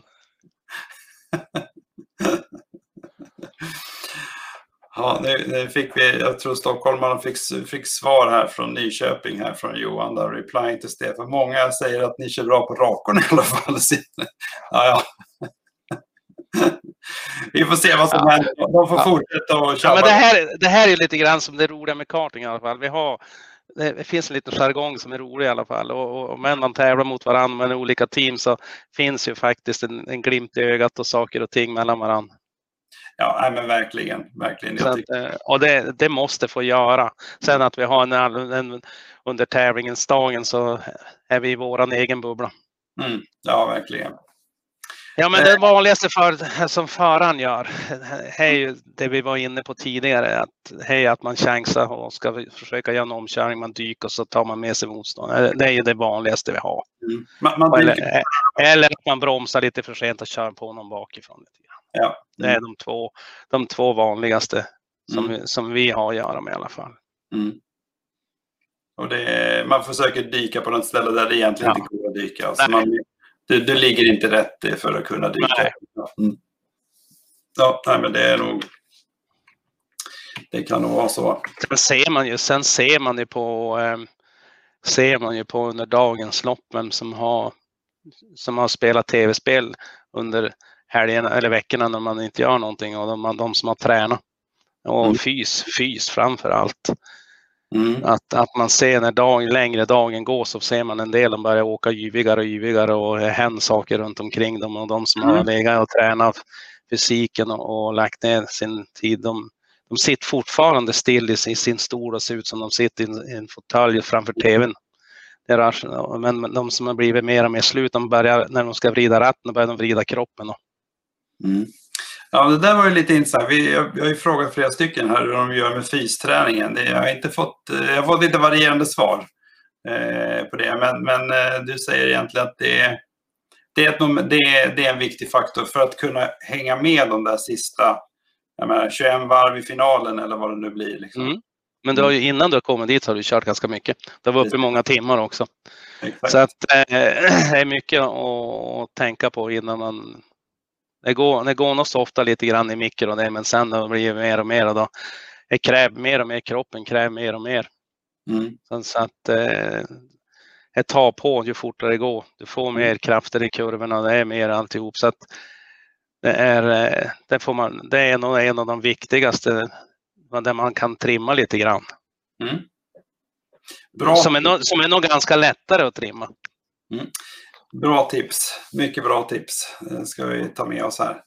Ja, nu fick vi, jag tror stockholmarna fick svar här från Nyköping här från Johan där, replying till Stefan. Många säger att ni kör bra på rakorna i alla fall. Ja. Vi får se vad som händer. De får fortsätta och köra. Ja, men det här är lite grann som det roliga med karting i alla fall. Det finns en liten jargong som är rolig i alla fall. Och när man tävlar mot varandra med olika team så finns ju faktiskt en glimt i ögat och saker och ting mellan varandra. Ja, men verkligen. Och det måste få göra. Sen att vi har under tävlingens dagen så är vi i våran egen bubbla. Ja, verkligen. Ja, men det vanligaste som föraren gör är ju det vi var inne på tidigare. Att man chansar och ska försöka göra en omkörning, man dyker och så tar man med sig motstånd. Det är ju det vanligaste vi har. Eller att man bromsar lite för sent och kör på någon bakifrån. Ja. Det är de två vanligaste som vi har att göra med i alla fall. Och man försöker dyka på något ställe där det egentligen inte går att dyka. Alltså det ligger inte rätt för att kunna dyka. Ja, men det är nog... Det kan nog vara så. Sen ser man ju på under dagens lopp vem som har spelat tv-spel under helgerna eller veckorna när man inte gör någonting, och de som har tränat. Och fys framför allt. Att man ser när längre dagen går så ser man en del de börjar åka yvigare och händer saker runt omkring dem, och de som har legat och tränat fysiken och lagt ner sin tid, de sitter fortfarande still i sin stol och ser ut som de sitter i en fåtölj framför tvn. Men de som har blivit mer och mer slut, de börjar, när de ska vrida ratten, börjar de vrida kroppen. Ja, det där var ju lite intressant. Jag har ju frågat flera stycken här hur de gör med fysträningen. Jag har fått lite varierande svar på det. Men du säger egentligen att det är en viktig faktor för att kunna hänga med de där sista 21 varv i finalen eller vad det nu blir. Liksom. Men du har ju, innan du har kommit dit har du kört ganska mycket. Det var uppe i många timmar också. Exakt. Så att det är mycket att tänka på innan man... Det går nog så ofta lite grann i mikro och det, men sen då blir det mer och mer, och då kräver mer och mer, kroppen kräver mer och mer. Så att det tar på ju fortare det går. Du får mer krafter i kurvorna, det är mer alltihop. Så att det är nog en av de viktigaste där man kan trimma lite grann. Bra. Som är nog ganska lättare att trimma. Bra tips, mycket bra tips. Det ska vi ta med oss här.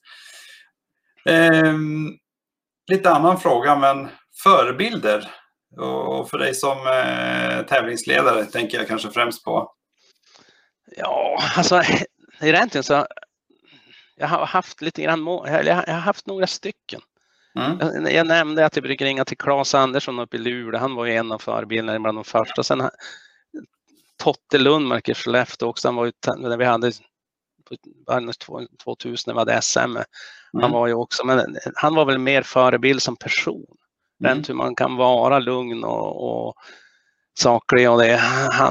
Lite annan fråga, men förebilder. Och för dig som tävlingsledare tänker jag kanske främst på. Ja, alltså egentligen så jag har haft lite grann, jag har haft några stycken. Jag nämnde att jag brukar ringa till Claes Andersson uppe i Luleå. Han var ju en av förebilderna bland de första. Sen Totte Lundmark i Skellefteå också. Han var ju, när vi hade 2000 när vi hade SM. Han var ju också, men han var väl mer förebild som person. Rent hur man kan vara lugn och saklig och det.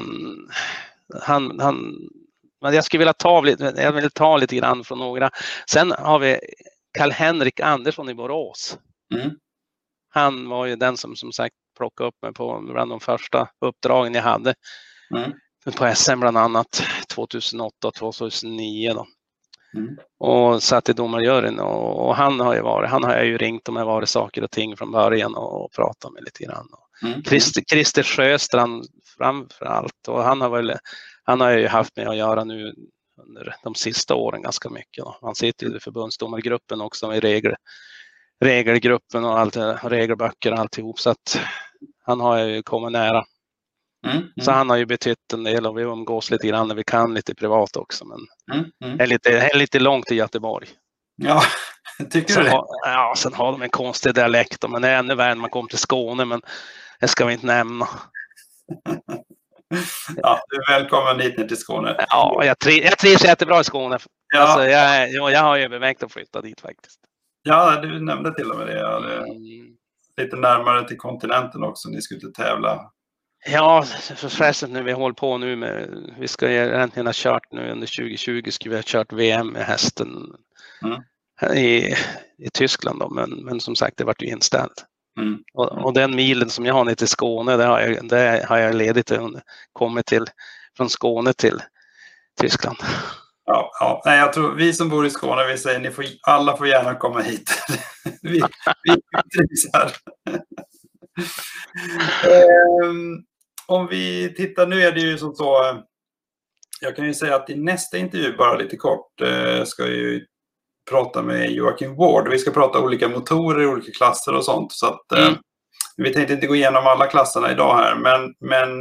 Men jag skulle vilja ta lite grann från några. Sen har vi Karl-Henrik Andersson i Borås. Han var ju den som sagt plockade upp mig på bland de första uppdragen jag hade. På SM bland annat 2008 och 2009 då. Och satt i domarjuryn, och han har jag ju ringt om jag varit saker och ting från början och pratat med lite grann. Christer Sjöstrand framför allt, och han har jag ju haft med att göra nu under de sista åren ganska mycket då. Han sitter i förbundsdomargruppen också, i regelgruppen och allt, regelböcker och alltihop, så att han har ju kommit nära. Så han har ju betytt en del, och vi umgås lite grann när vi kan lite privat också, men är lite långt i Göteborg. Ja, Tycker du det? Sen har de en konstig dialekt, men det är ännu värre när man kommer till Skåne, men det ska vi inte nämna. Ja, du är välkommen hit ner till Skåne. Ja, jag trivs jättebra i Skåne. Ja. Alltså, jag har övervägt att flytta dit faktiskt. Ja, du nämnde till och med det. Lite närmare till kontinenten också, ni skulle tävla. Ja, förresten nu vi håller på nu med, vi ska egentligen ha kört nu under 2020, skulle vi ha kört VM med hästen i Tyskland då, men som sagt det vart ju inställt. Och den milen som jag har ner till Skåne, det har jag ledigt kommit till från Skåne till Tyskland. Ja. Nej, jag tror vi som bor i Skåne, vi säger alla får gärna komma hit. vi trivs här. Om vi tittar, nu är det ju som så, jag kan ju säga att i nästa intervju, bara lite kort, ska ju prata med Joakim Ward. Vi ska prata olika motorer, olika klasser och sånt. Så att vi tänkte inte gå igenom alla klasserna idag här. Men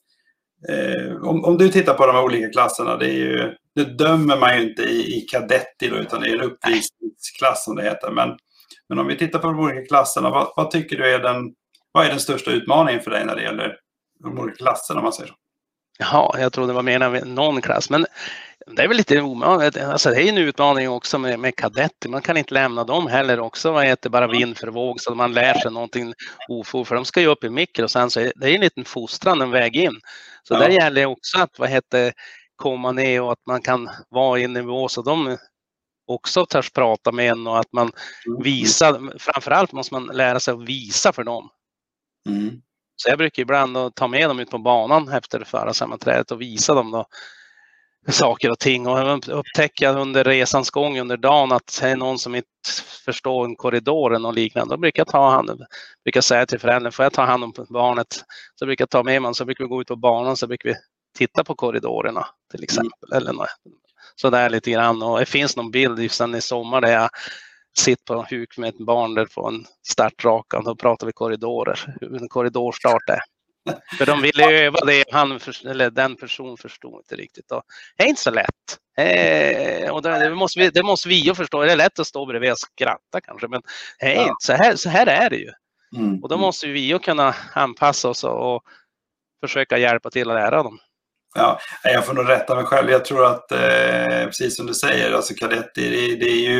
om du tittar på de här olika klasserna, det dömer man ju inte i kadetti då, utan det är en uppvisningsklass som det heter. Men om vi tittar på de olika klasserna, vad tycker du vad är den största utmaningen för dig när det gäller de olika klasserna, om man säger så? Ja, jag trodde det var mer med någon klass, men det är väl lite omöjligt. Alltså, det är en utmaning också med kadetter. Man kan inte lämna dem heller också. Vad heter bara vind för våg, så man lär sig någonting ofo, för de ska ju upp i mikro och sen så är det en liten fostran en väg in. Så där gäller det också att komma ner och att man kan vara i en nivå så de också törs prata med en och att man visar, framförallt måste man lära sig att visa för dem. Så jag brukar ibland ta med dem ut på banan efter förarsammanträdet och visa dem då saker och ting, och upptäcker jag under resans gång under dagen att det är någon som inte förstår en korridor och liknande, då brukar jag brukar säga till föräldern, får jag ta hand om barnet, så brukar jag ta med man, så brukar vi gå ut på banan, så brukar vi titta på korridorerna till exempel eller något. Så där lite grann, och det finns någon bild just i sommar där jag sitter på huk med ett barn där på en startrakan, och pratar vi korridorer, hur en korridorstart är. För de ville öva det, den personen förstod inte riktigt. Och det är inte så lätt. Och det måste vi ju förstå. Det är lätt att stå bredvid och skratta kanske, men det är inte så här är det ju. Och då måste vi ju kunna anpassa oss och försöka hjälpa till att lära dem. Ja, jag får nog rätta mig själv. Jag tror att precis som du säger, alltså kadetti,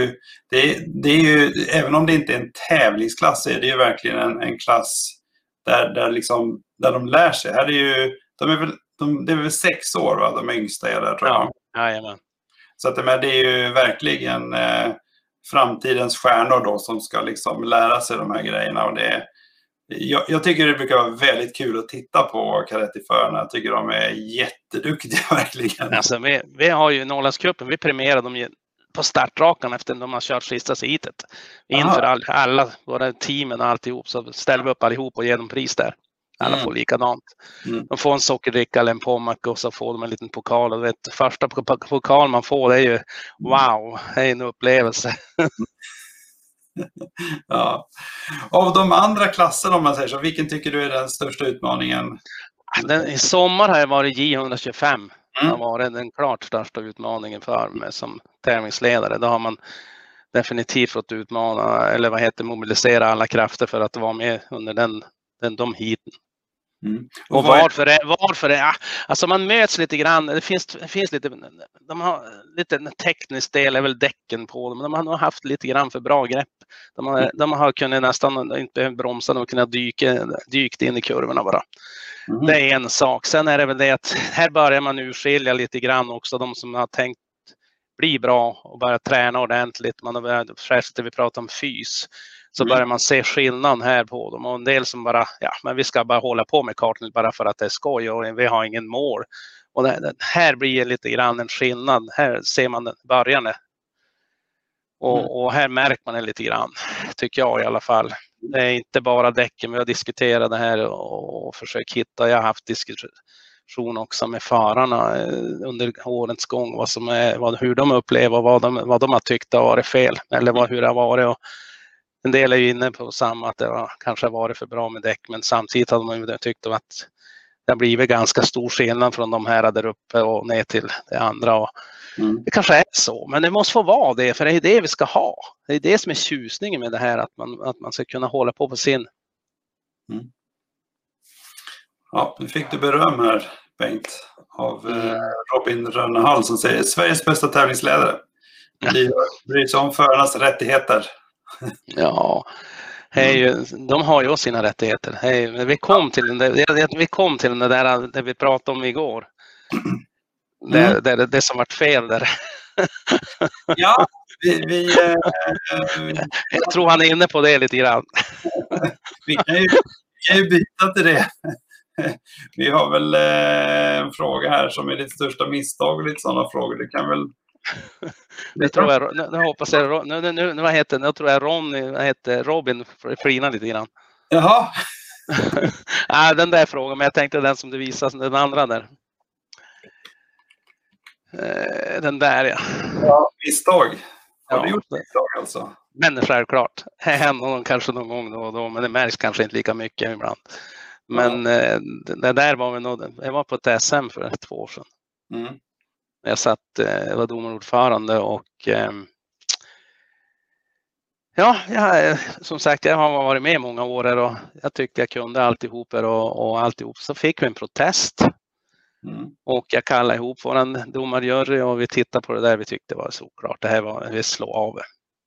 det är ju även om det inte är en tävlingsklass, är det ju verkligen en klass där de lär sig. Här är ju, det är väl 6 år, va? De yngsta är där, tror jag. Ja, så att det är ju verkligen framtidens stjärnor då som ska liksom lära sig de här grejerna, och jag tycker det brukar vara väldigt kul att titta på kadettiförarna. Jag tycker de är jätteduktiga verkligen. Alltså, vi har ju Norrlandscupen, vi premierar dem på startrakan efter att de har kört sista sitet. Inför alla våra teamen och alltihop, så ställer vi upp allihop och ger dem pris där. Alla får likadant. De får en sockerdricka eller en pommac, och så får de en liten pokal. Och första pokal man får, det är ju wow, det är en upplevelse. Ja. Av de andra klasserna, om man säger så, vilken tycker du är den största utmaningen? I sommar har jag varit J125. Det har varit den klart största utmaningen för mig som tävlingsledare. Då har man definitivt fått mobilisera alla krafter för att vara med under de heaten. Och varför är alltså man möts lite grann, det finns lite, de har lite teknisk del är väl däcken på dem, men de har haft lite grann för bra grepp. De har kunnat nästan inte bromsa, de har kunnat dykt in i kurvorna bara. Det är en sak. Sen är det väl det att här börjar man urskilja lite grann också de som har tänkt bli bra och börja träna ordentligt. Man har börjat, främst vi pratar om fys, så börjar man se skillnaden här på dem, och en del som bara, men vi ska bara hålla på med kartan bara för att det är skoj och vi har ingen mål. Och här blir det lite grann en skillnad. Här ser man början. Och här märker man det lite grann, tycker jag i alla fall. Det är inte bara däcken, vi har diskuterat det här och försökt hitta. Jag har haft diskussion också med förarna under årens gång, hur de upplever och vad de har tyckt har varit fel, eller hur det har varit. Och en del är ju inne på samma, att det kanske har varit för bra med däck, men samtidigt har de tyckt att det har blivit ganska stor skillnad från de här där uppe och ner till det andra. Och det kanske är så, men det måste få vara det, för det är det vi ska ha. Det är det som är tjusningen med det här, att man ska kunna hålla på sin. Ja, nu fick du beröm här, Bengt, av Robin Rönnehall som säger Sveriges bästa tävlingsledare. Bryr sig om förarnas rättigheter. Ja, de har ju sina rättigheter. Vi kom till den där vi pratade om igår. Det som varit fel där. Ja, jag tror han är inne på det lite grann. Vi kan ju byta till det. Vi har väl en fråga här som är ditt största misstag och lite sådana frågor. Det kan väl... Jag tror nu hoppas jag nu vad heter det? Jag tror Robin flinar lite grann. Jaha. Ja, den där frågan, men jag tänkte den som du visade, den andra där. Den där, ja. Ja, misstag. Har du gjort misstag alltså? Men självklart. Det händer kanske någon gång då och då, men det märks kanske inte lika mycket ibland. Men det där var väl nog, jag var på ett SM för 2 år sedan. Jag var domarordförande och som sagt, jag har varit med i många år och jag tyckte jag kunde alltihop och alltihop. Så fick vi en protest. Och jag kallade ihop vår domarjury och vi tittade på det där. Vi tyckte det var såklart. Det här var, vi slår av.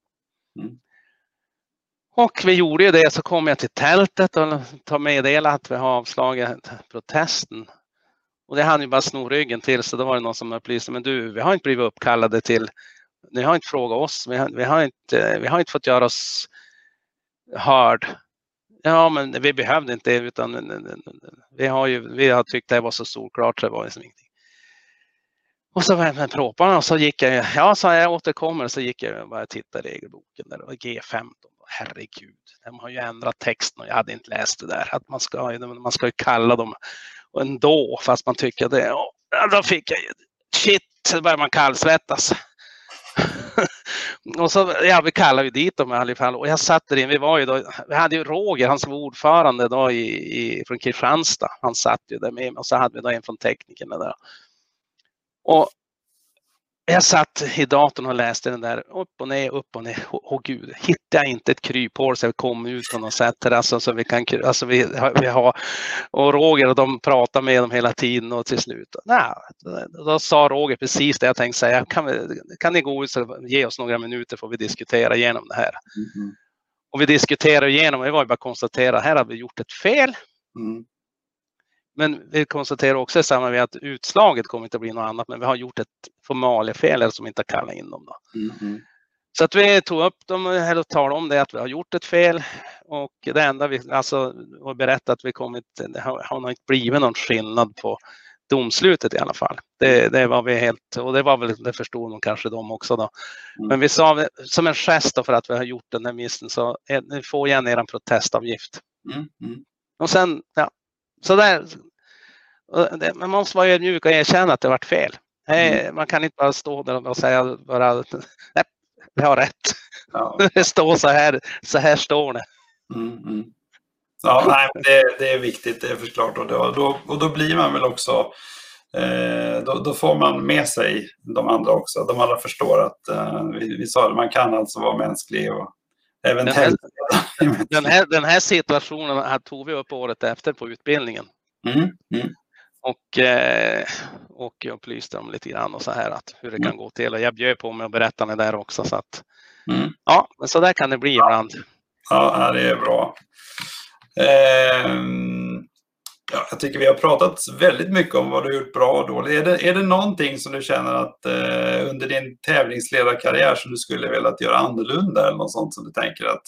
Och vi gjorde ju det, så kom jag till tältet och tar meddela att vi har avslagit protesten. Och det hann ju bara sno ryggen till, så då var det någon som upplyste, men du, vi har inte blivit uppkallade till, ni har inte frågat oss, vi har inte fått göra oss hörd. Ja, men vi behövde inte, utan vi har tyckt det var så solklart så det var liksom ingenting. Och så var jag med proparna och så gick jag, så jag återkommer, så gick jag och bara tittade i regelboken där, det var G15. Herregud, de har ju ändrat texten och jag hade inte läst det där. Att man ska ju kalla dem ändå, fast man tycker det. Och då fick jag ju, shit, så börjar man kallsvettas. Och så, vi kallar ju dit dem i alla fall. Och jag satt där in, vi hade ju Roger, han som var ordförande då från Kristianstad. Han satt ju där med mig och så hade vi då en från teknikerna där. Och jag satt i datorn och läste den där upp och ner. Åh gud, hittade jag inte ett kryphål så vi kom ut på något sätt. Alltså, så vi kan, alltså vi har, och Roger och de pratar med dem hela tiden och till slut. Då sa Roger precis det jag tänkte säga. Kan ni gå ut och ge oss några minuter får vi diskutera igenom det här. Och vi diskuterar igenom, det var ju bara att konstatera, här har vi gjort ett fel. Men vi konstaterar också i samband med att utslaget kommer inte att bli något annat, men vi har gjort ett formaliefel som inte kallar in dem då. Så att vi tog upp dem och talade om det att vi har gjort ett fel, och det enda vi har berättat att det har nog inte blivit någon skillnad på domslutet i alla fall. Det var vi helt, och det var väl, det förstod nog kanske de också då. Men vi sa som en gest då för att vi har gjort den här missen, så ni får igen er en protestavgift. Och sen, så där, man måste vara ödmjuk och erkänna att det har varit fel. Man kan inte bara stå där och säga bara, nej, vi har rätt. Det står så här står det. Ja, nej, det är viktigt, det är förklart. Och då blir man väl också, då får man med sig de andra också. De andra förstår att vi sa det, man kan alltså vara mänsklig och eventuellt. Den här situationen tog vi upp året efter på utbildningen. Och jag upplyste dem lite grann och så här att hur det kan gå till, och jag bjöd på mig att berätta det där också, så att men så där kan det bli ibland. Ja, det är bra. Jag tycker vi har pratat väldigt mycket om vad du har gjort bra och dåligt. Är det någonting som du känner att under din tävlingsledarkarriär som du skulle vilja göra annorlunda, eller något sånt som du tänker att?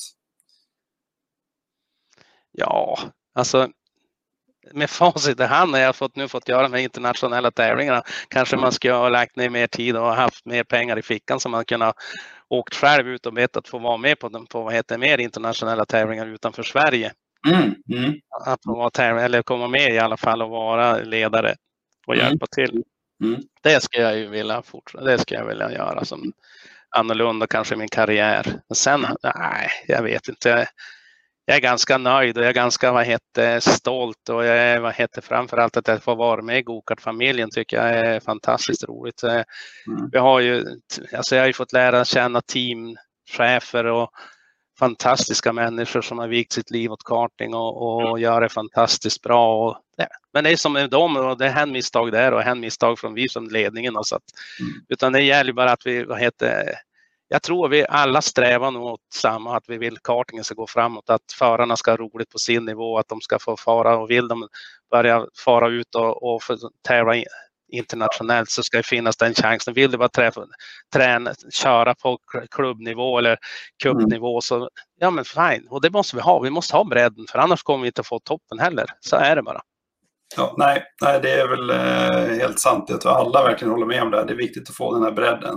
Ja, alltså med facit i hand när jag fått göra de internationella tävlingarna, kanske man skulle ha lagt ner mer tid och haft mer pengar i fickan, så man kunde ha åkt själv ut och bett att få vara med på mer internationella tävlingar utanför Sverige. Att få vara eller komma med i alla fall och vara ledare och hjälpa till. Det ska jag ju vilja fortsätta. Det ska jag vilja göra som annorlunda kanske i min karriär. Men sen, nej, jag vet inte. jag är ganska nöjd och jag är ganska stolt och jag är framförallt att jag får vara med i Go-kart-familjen tycker jag är fantastiskt roligt. Vi har ju, alltså jag har ju fått lära känna teamchefer och fantastiska människor som har vikt sitt liv åt karting och gör det fantastiskt bra. Och, ja. Men det är som med dem och det är en misstag där och en misstag från vi som ledningen. Och så att, utan det gäller bara att vi, jag tror vi alla strävar nog åt samma, att vi vill kartingen ska gå framåt, att förarna ska ha roligt på sin nivå, att de ska få fara och vill de börja fara ut och tävla internationellt så ska det finnas den chansen. Vill du bara köra på klubbnivå eller cupnivå så ja men fine. Och det måste vi ha. Vi måste ha bredden för annars kommer vi inte få toppen heller. Så är det bara. Ja, nej, det är väl helt sant. Jag tror alla verkligen håller med om det. Det är viktigt att få den här bredden.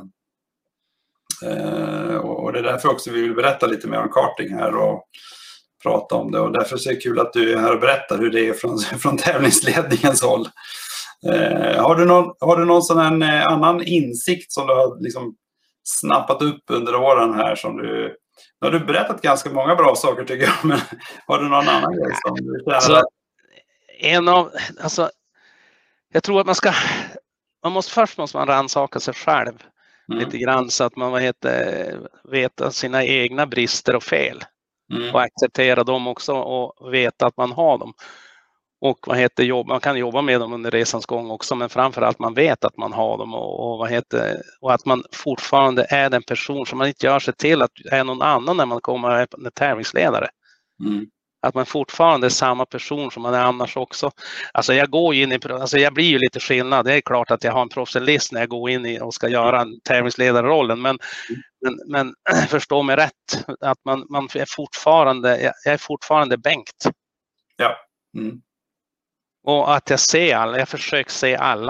Och det är därför också vi vill berätta lite mer om karting här och prata om det. Och därför så är det kul att du är här och berättar hur det är från tävlingsledningens håll. Har du någon sån här annan insikt som du har liksom snappat upp under åren här som nu har du berättat ganska många bra saker tycker jag, men har du någon annan grej som du känner? Jag tror att först måste man rannsaka sig själv lite grann så att man vet sina egna brister och fel och acceptera dem också och veta att man har dem. Och man kan jobba med dem under resans gång också, men framförallt man vet att man har dem och att man fortfarande är den person som man inte gör sig till att är någon annan när man kommer med tävlingsledare. Att man fortfarande är samma person som man är annars också. Alltså jag blir ju lite skillnad. Det är klart att jag har en professionalist när jag går in och ska göra en tävlingsledarrollen, men förstå mig rätt att man är jag är fortfarande Bengt. Ja. Och att jag försöker se alla.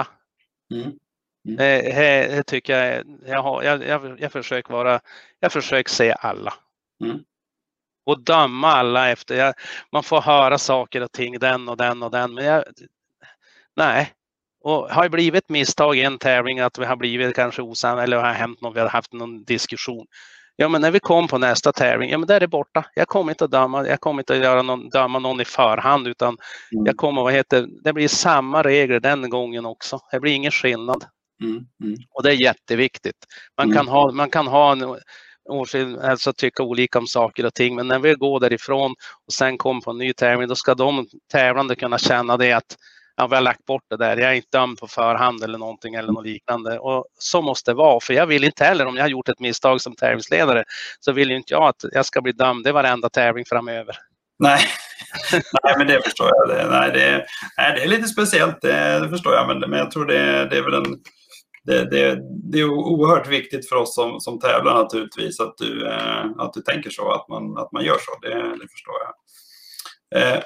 Det tycker jag försöker se alla. Och döma alla efter. Man får höra saker och ting, den och den och den. Men nej. Och har det blivit misstag i en tävling att vi har blivit kanske osanna eller har hänt något, vi har haft någon diskussion. Ja, men när vi kom på nästa tävling, ja men där är det borta. Jag kommer inte att döma, jag kommer inte att döma någon i förhand utan jag kommer det blir samma regler den gången också. Det blir ingen skillnad. Och det är jätteviktigt. Man kan ha alltså tycka olika om saker och ting, men när vi går därifrån och sen kommer på en ny tävling, då ska de tävlande kunna känna det att vi har lagt bort det där, jag är inte dömd på förhand eller någonting eller något liknande. Och så måste det vara, för jag vill inte heller, om jag har gjort ett misstag som tävlingsledare, så vill inte jag att jag ska bli dömd i varenda tävling framöver. Nej, men det förstår jag. Det är lite speciellt, det förstår jag, men jag tror det är väl det är oerhört viktigt för oss som tävlar naturligtvis att du tänker så, att man gör så, det förstår jag.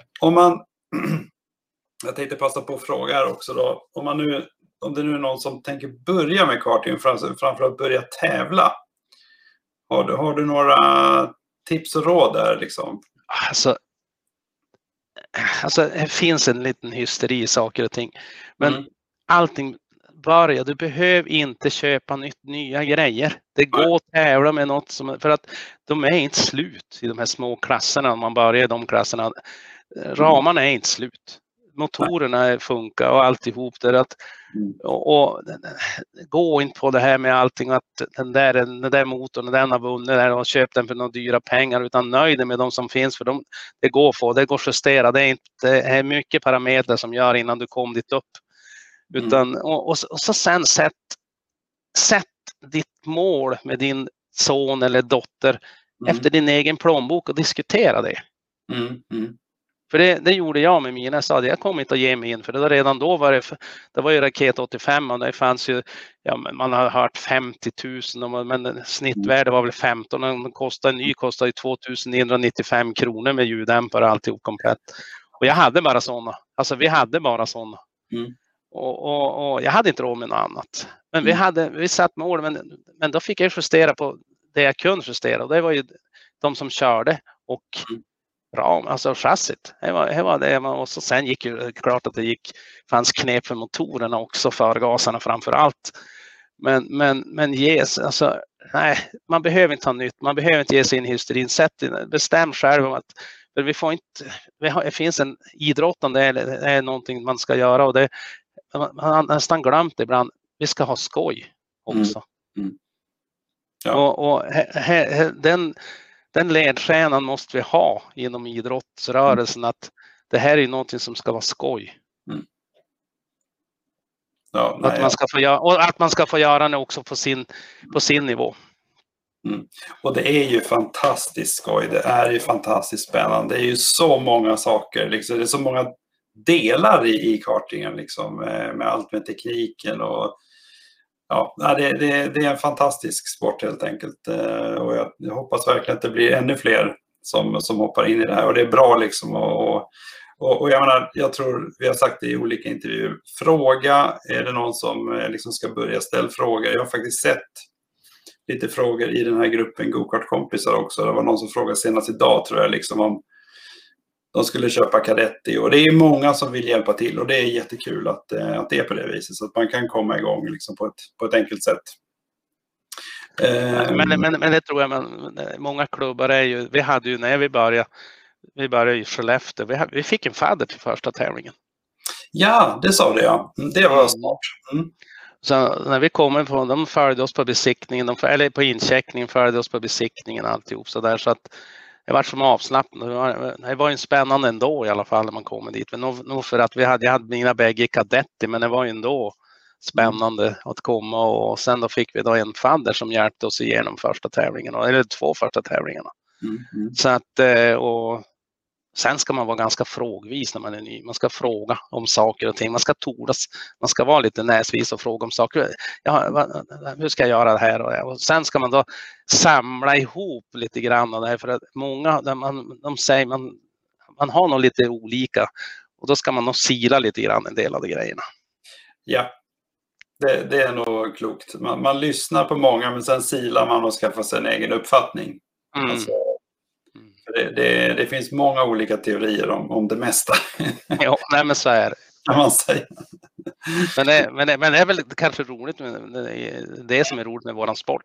Jag tänkte passa på att fråga här också då, om det nu är någon som tänker börja med karting, framförallt börja tävla. Har du några tips och råd där liksom? Alltså det finns en liten hysteri i saker och ting, men allting börja, du behöver inte köpa nya grejer. Det går att tävla med något för att de är inte slut i de här små klasserna. Om man börjar i de klasserna, ramarna är inte slut. Motorerna funkar och alltihop där och gå in på det här med allting att den där motorn och den har vunnit och köpt den för några dyra pengar, utan nöjd med de som finns, för det går att justera. Det är mycket parametrar som gör innan du kom dit upp. Utan, och så sen sätt ditt mål med din son eller dotter efter din egen plånbok och diskutera det. För det gjorde jag med mina. Jag sa jag kommer inte att ge mig in, för redan då var ju Raket 85 och det fanns ju, man har hört 50 000 men snittvärde var väl 15 och en ny kostar ju 2995 kronor med ljuddämpare och alltihop komplett. Och jag hade bara sådana. Alltså vi hade bara sådana. Och jag hade inte råd med något annat. Men vi satt mål, men då fick jag justera på det jag kunde justera. Och det var ju de som körde och alltså chassit. Det var det. Och så sen gick ju klart att fanns knep för motorerna också, förgasarna framför allt. Men nej, man behöver inte ha nytt. Man behöver inte ge sig in i hysterin. Bestäm själv om att För vi får inte, det finns en idrottande är någonting man ska göra, och man har nästan glömt det ibland. Vi ska ha skoj också. Ja. Och den ledstjärnan måste vi ha inom idrottsrörelsen, att det här är någonting som ska vara skoj. Ja, att man ska få göra, och att man ska få göra det också på sin nivå. Och det är ju fantastiskt skoj, det är ju fantastiskt spännande, det är ju så många saker liksom. Det är så många delar i kartingen liksom, med allt med tekniken och ja, det är en fantastisk sport helt enkelt, och jag hoppas verkligen att det blir ännu fler som hoppar in i det här, och det är bra liksom. Och jag menar, jag tror vi har sagt det i olika intervjuer, fråga, är det någon som liksom ska börja ställa frågor? Jag har faktiskt sett lite frågor i den här gruppen Go-kart-kompisar också. Det var någon som frågade senast idag, tror jag, liksom om de skulle köpa Cadetti, och det är många som vill hjälpa till, och det är jättekul att det är på det viset, så att man kan komma igång liksom på ett enkelt sätt. Men det tror jag, många klubbar är ju, vi hade ju när vi började i Skellefteå, vi fick en fadder till första tävlingen. Ja, det sa det, ja. Det var smart. Så när vi kommer på, de följde oss på besiktningen, eller på incheckningen följde oss på besiktningen alltihop så där, så att det var som avslappnat. Det var ju spännande ändå i alla fall när man kommer dit. Men nog för att jag hade mina bägge Cadetti, men det var ju ändå spännande att komma, och sen då fick vi då en fadder som hjälpte oss igenom första tävlingen, eller 2 första tävlingarna. Så att, och sen ska man vara ganska frågvis när man är ny. Man ska fråga om saker och ting. Man ska tordas. Man ska vara lite näsvis och fråga om saker. Ja, hur ska jag göra det här? Och sen ska man då samla ihop lite grann av det här. För att många, de säger man har nog lite olika. Och då ska man nog sila lite grann en del av de grejerna. Ja, det är nog klokt. Man lyssnar på många, men sen silar man och skaffar sig en egen uppfattning. Alltså, det finns många olika teorier om det mesta. Ja, nej, men så är det. Kan man säga. Men det är väl kanske roligt med det som är roligt med våran sport.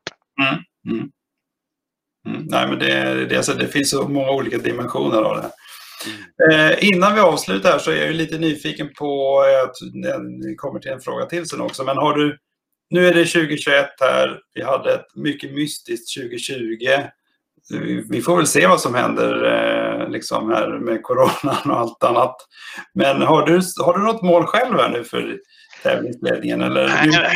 Nej, men det finns så många olika dimensioner av det. Innan vi avslutar här så är jag ju lite nyfiken på att det kommer till en fråga till sen också. Men nu är det 2021 här. Vi hade ett mycket mystiskt 2020. Vi får väl se vad som händer liksom här med coronan och allt annat. Men har du något mål själv här nu för tävlingsledningen? Eller?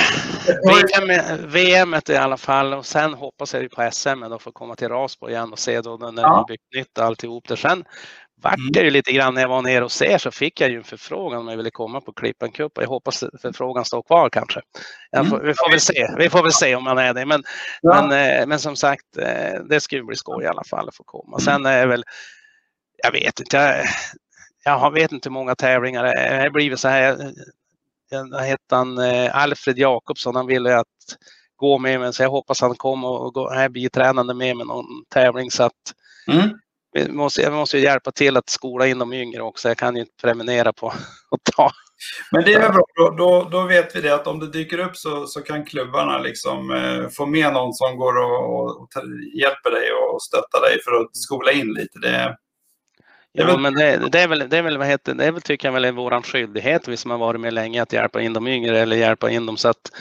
VM i alla fall, och sen hoppas jag på SM och få komma till Rasbo igen och se då när de byggt nytt alltihop där. Sen vart det ju lite grann när jag var nere och ser, så fick jag ju en förfrågan om jag ville komma på Klippan Cup, och jag hoppas förfrågan står kvar kanske. Vi får väl se om man är det, men som sagt, det skulle bli skoj i alla fall att få komma. Sen är väl, jag vet inte, jag vet inte hur många tävlingar det har blivit så här. Jag heter han Alfred Jakobsson, han ville att gå med mig, så jag hoppas han kommer och är bitränande med någon tävling, så att jag måste ju hjälpa till att skola in de yngre också. Jag kan ju inte prenumerera på att ta. Men det är väl bra, då vet vi det, att om det dyker upp så kan klubbarna liksom få med någon som går och hjälper dig och stöttar dig för att skola in lite. Men det är väl vad heter det, är väl, tycker jag väl är våran skyldighet, vi som har varit med länge, att hjälpa in de yngre eller hjälpa in dem, så att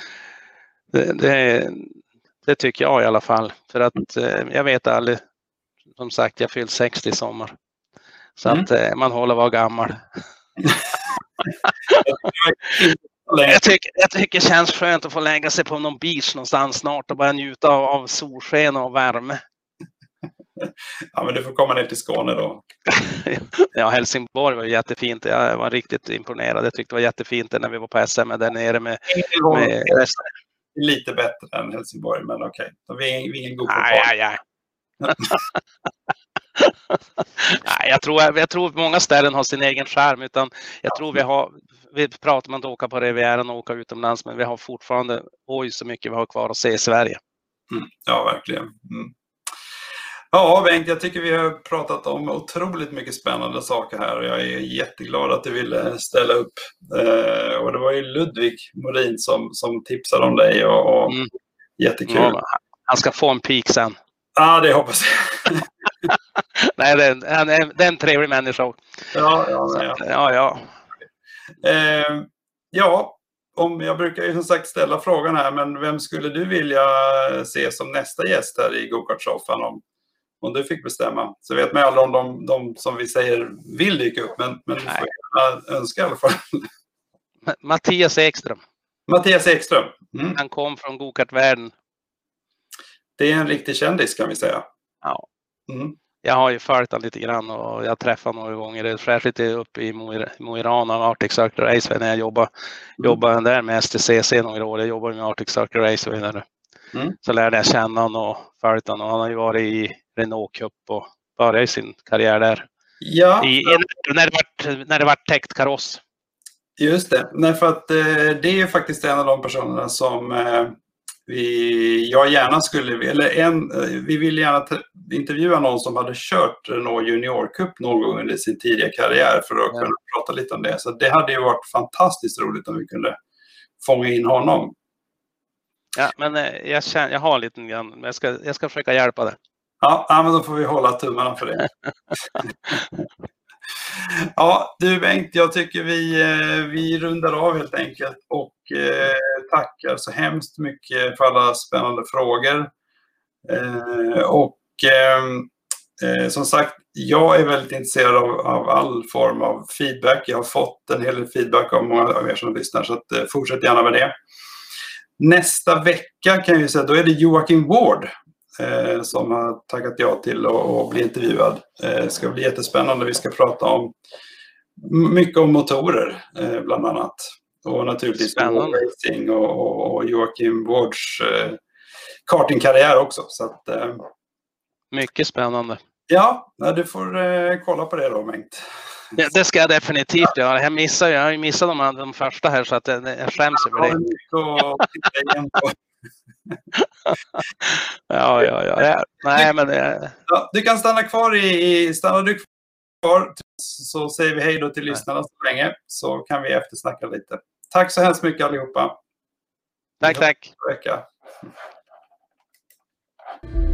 det tycker jag i alla fall, för att jag vet aldrig, som sagt, jag fyllt 60 i sommar, så att man håller vara gammal. Jag tycker det känns skönt att få lägga sig på någon beach någonstans snart och bara njuta av solsken och värme. Ja, men du får komma ner till Skåne då. Ja, Helsingborg var jättefint. Jag var riktigt imponerad. Jag tyckte det var jättefint när vi var på SM där nere med lite bättre än Helsingborg, men okej. Vi är ingen god Nej. Nej, jag tror många ställen har sin egen charm, utan jag tror vi pratar om att åka på Rivieran och åka utomlands, men vi har fortfarande så mycket vi har kvar att se i Sverige. Ja, verkligen. Ja, Bengt, jag tycker vi har pratat om otroligt mycket spännande saker här, och jag är jätteglad att du ville ställa upp. Och det var ju Ludvig Morin som tipsade om dig, och jättekul. Ja, han ska få en peak sen. Ja, det hoppas jag. Nej, det är en trevlig människa. Ja. Ja, om jag brukar ju som sagt ställa frågan här, men vem skulle du vilja se som nästa gäst här i Go-kart-soffan om du fick bestämma? Så vet man ju aldrig om de som vi säger vill dyka upp, men du får gärna önska i alla fall. Mattias Ekström. Mattias Ekström. Mm. Han kom från go-kart-världen. Det är en riktig kändis kan vi säga. Ja. Mm. Jag har ju följt han lite grann och jag träffade några gånger. Särskilt uppe i Mo i Rana och Arctic Circle Raceway när jag jobbade där med STCC några år. Jag jobbade med Arctic Circle Raceway där. Mm. Så lärde jag känna honom och följt honom. Han har ju varit i Renault Cup och började sin karriär där. Ja. När det var täckt kaross. Just det. Nej, för att det är ju faktiskt en av de personerna som jag gärna skulle, vi vill gärna intervjua någon som hade kört Renault Junior Cup någon gång under sin tidiga karriär för att kunna prata lite om det. Så det hade ju varit fantastiskt roligt om vi kunde fånga in honom. Ja, men jag har lite grann, men jag ska försöka hjälpa det. Ja, men då får vi hålla tummarna för det. Ja, du Bengt, jag tycker vi rundar av helt enkelt och tackar så hemskt mycket för alla spännande frågor. Som sagt, jag är väldigt intresserad av all form av feedback. Jag har fått en hel del feedback av många av er som lyssnar, så att, fortsätt gärna med det. Nästa vecka kan jag säga, då är det Joakim Ward som har tackat ja till att bli intervjuad. Det ska bli jättespännande. Vi ska prata om mycket om motorer bland annat. Och naturligtvis racing och Joakim Wards kartingkarriär också. Så att, mycket spännande. Ja, du får kolla på det då, Bengt. Ja, det ska jag definitivt göra. Jag har ju missat de första här så att jag skäms över det. Ja. Nej, men ja, du kan stanna kvar stannar du kvar så säger vi hej då till lyssnarna så länge, så kan vi eftersnacka lite. Tack så hemskt mycket allihopa. Tack. Vecka.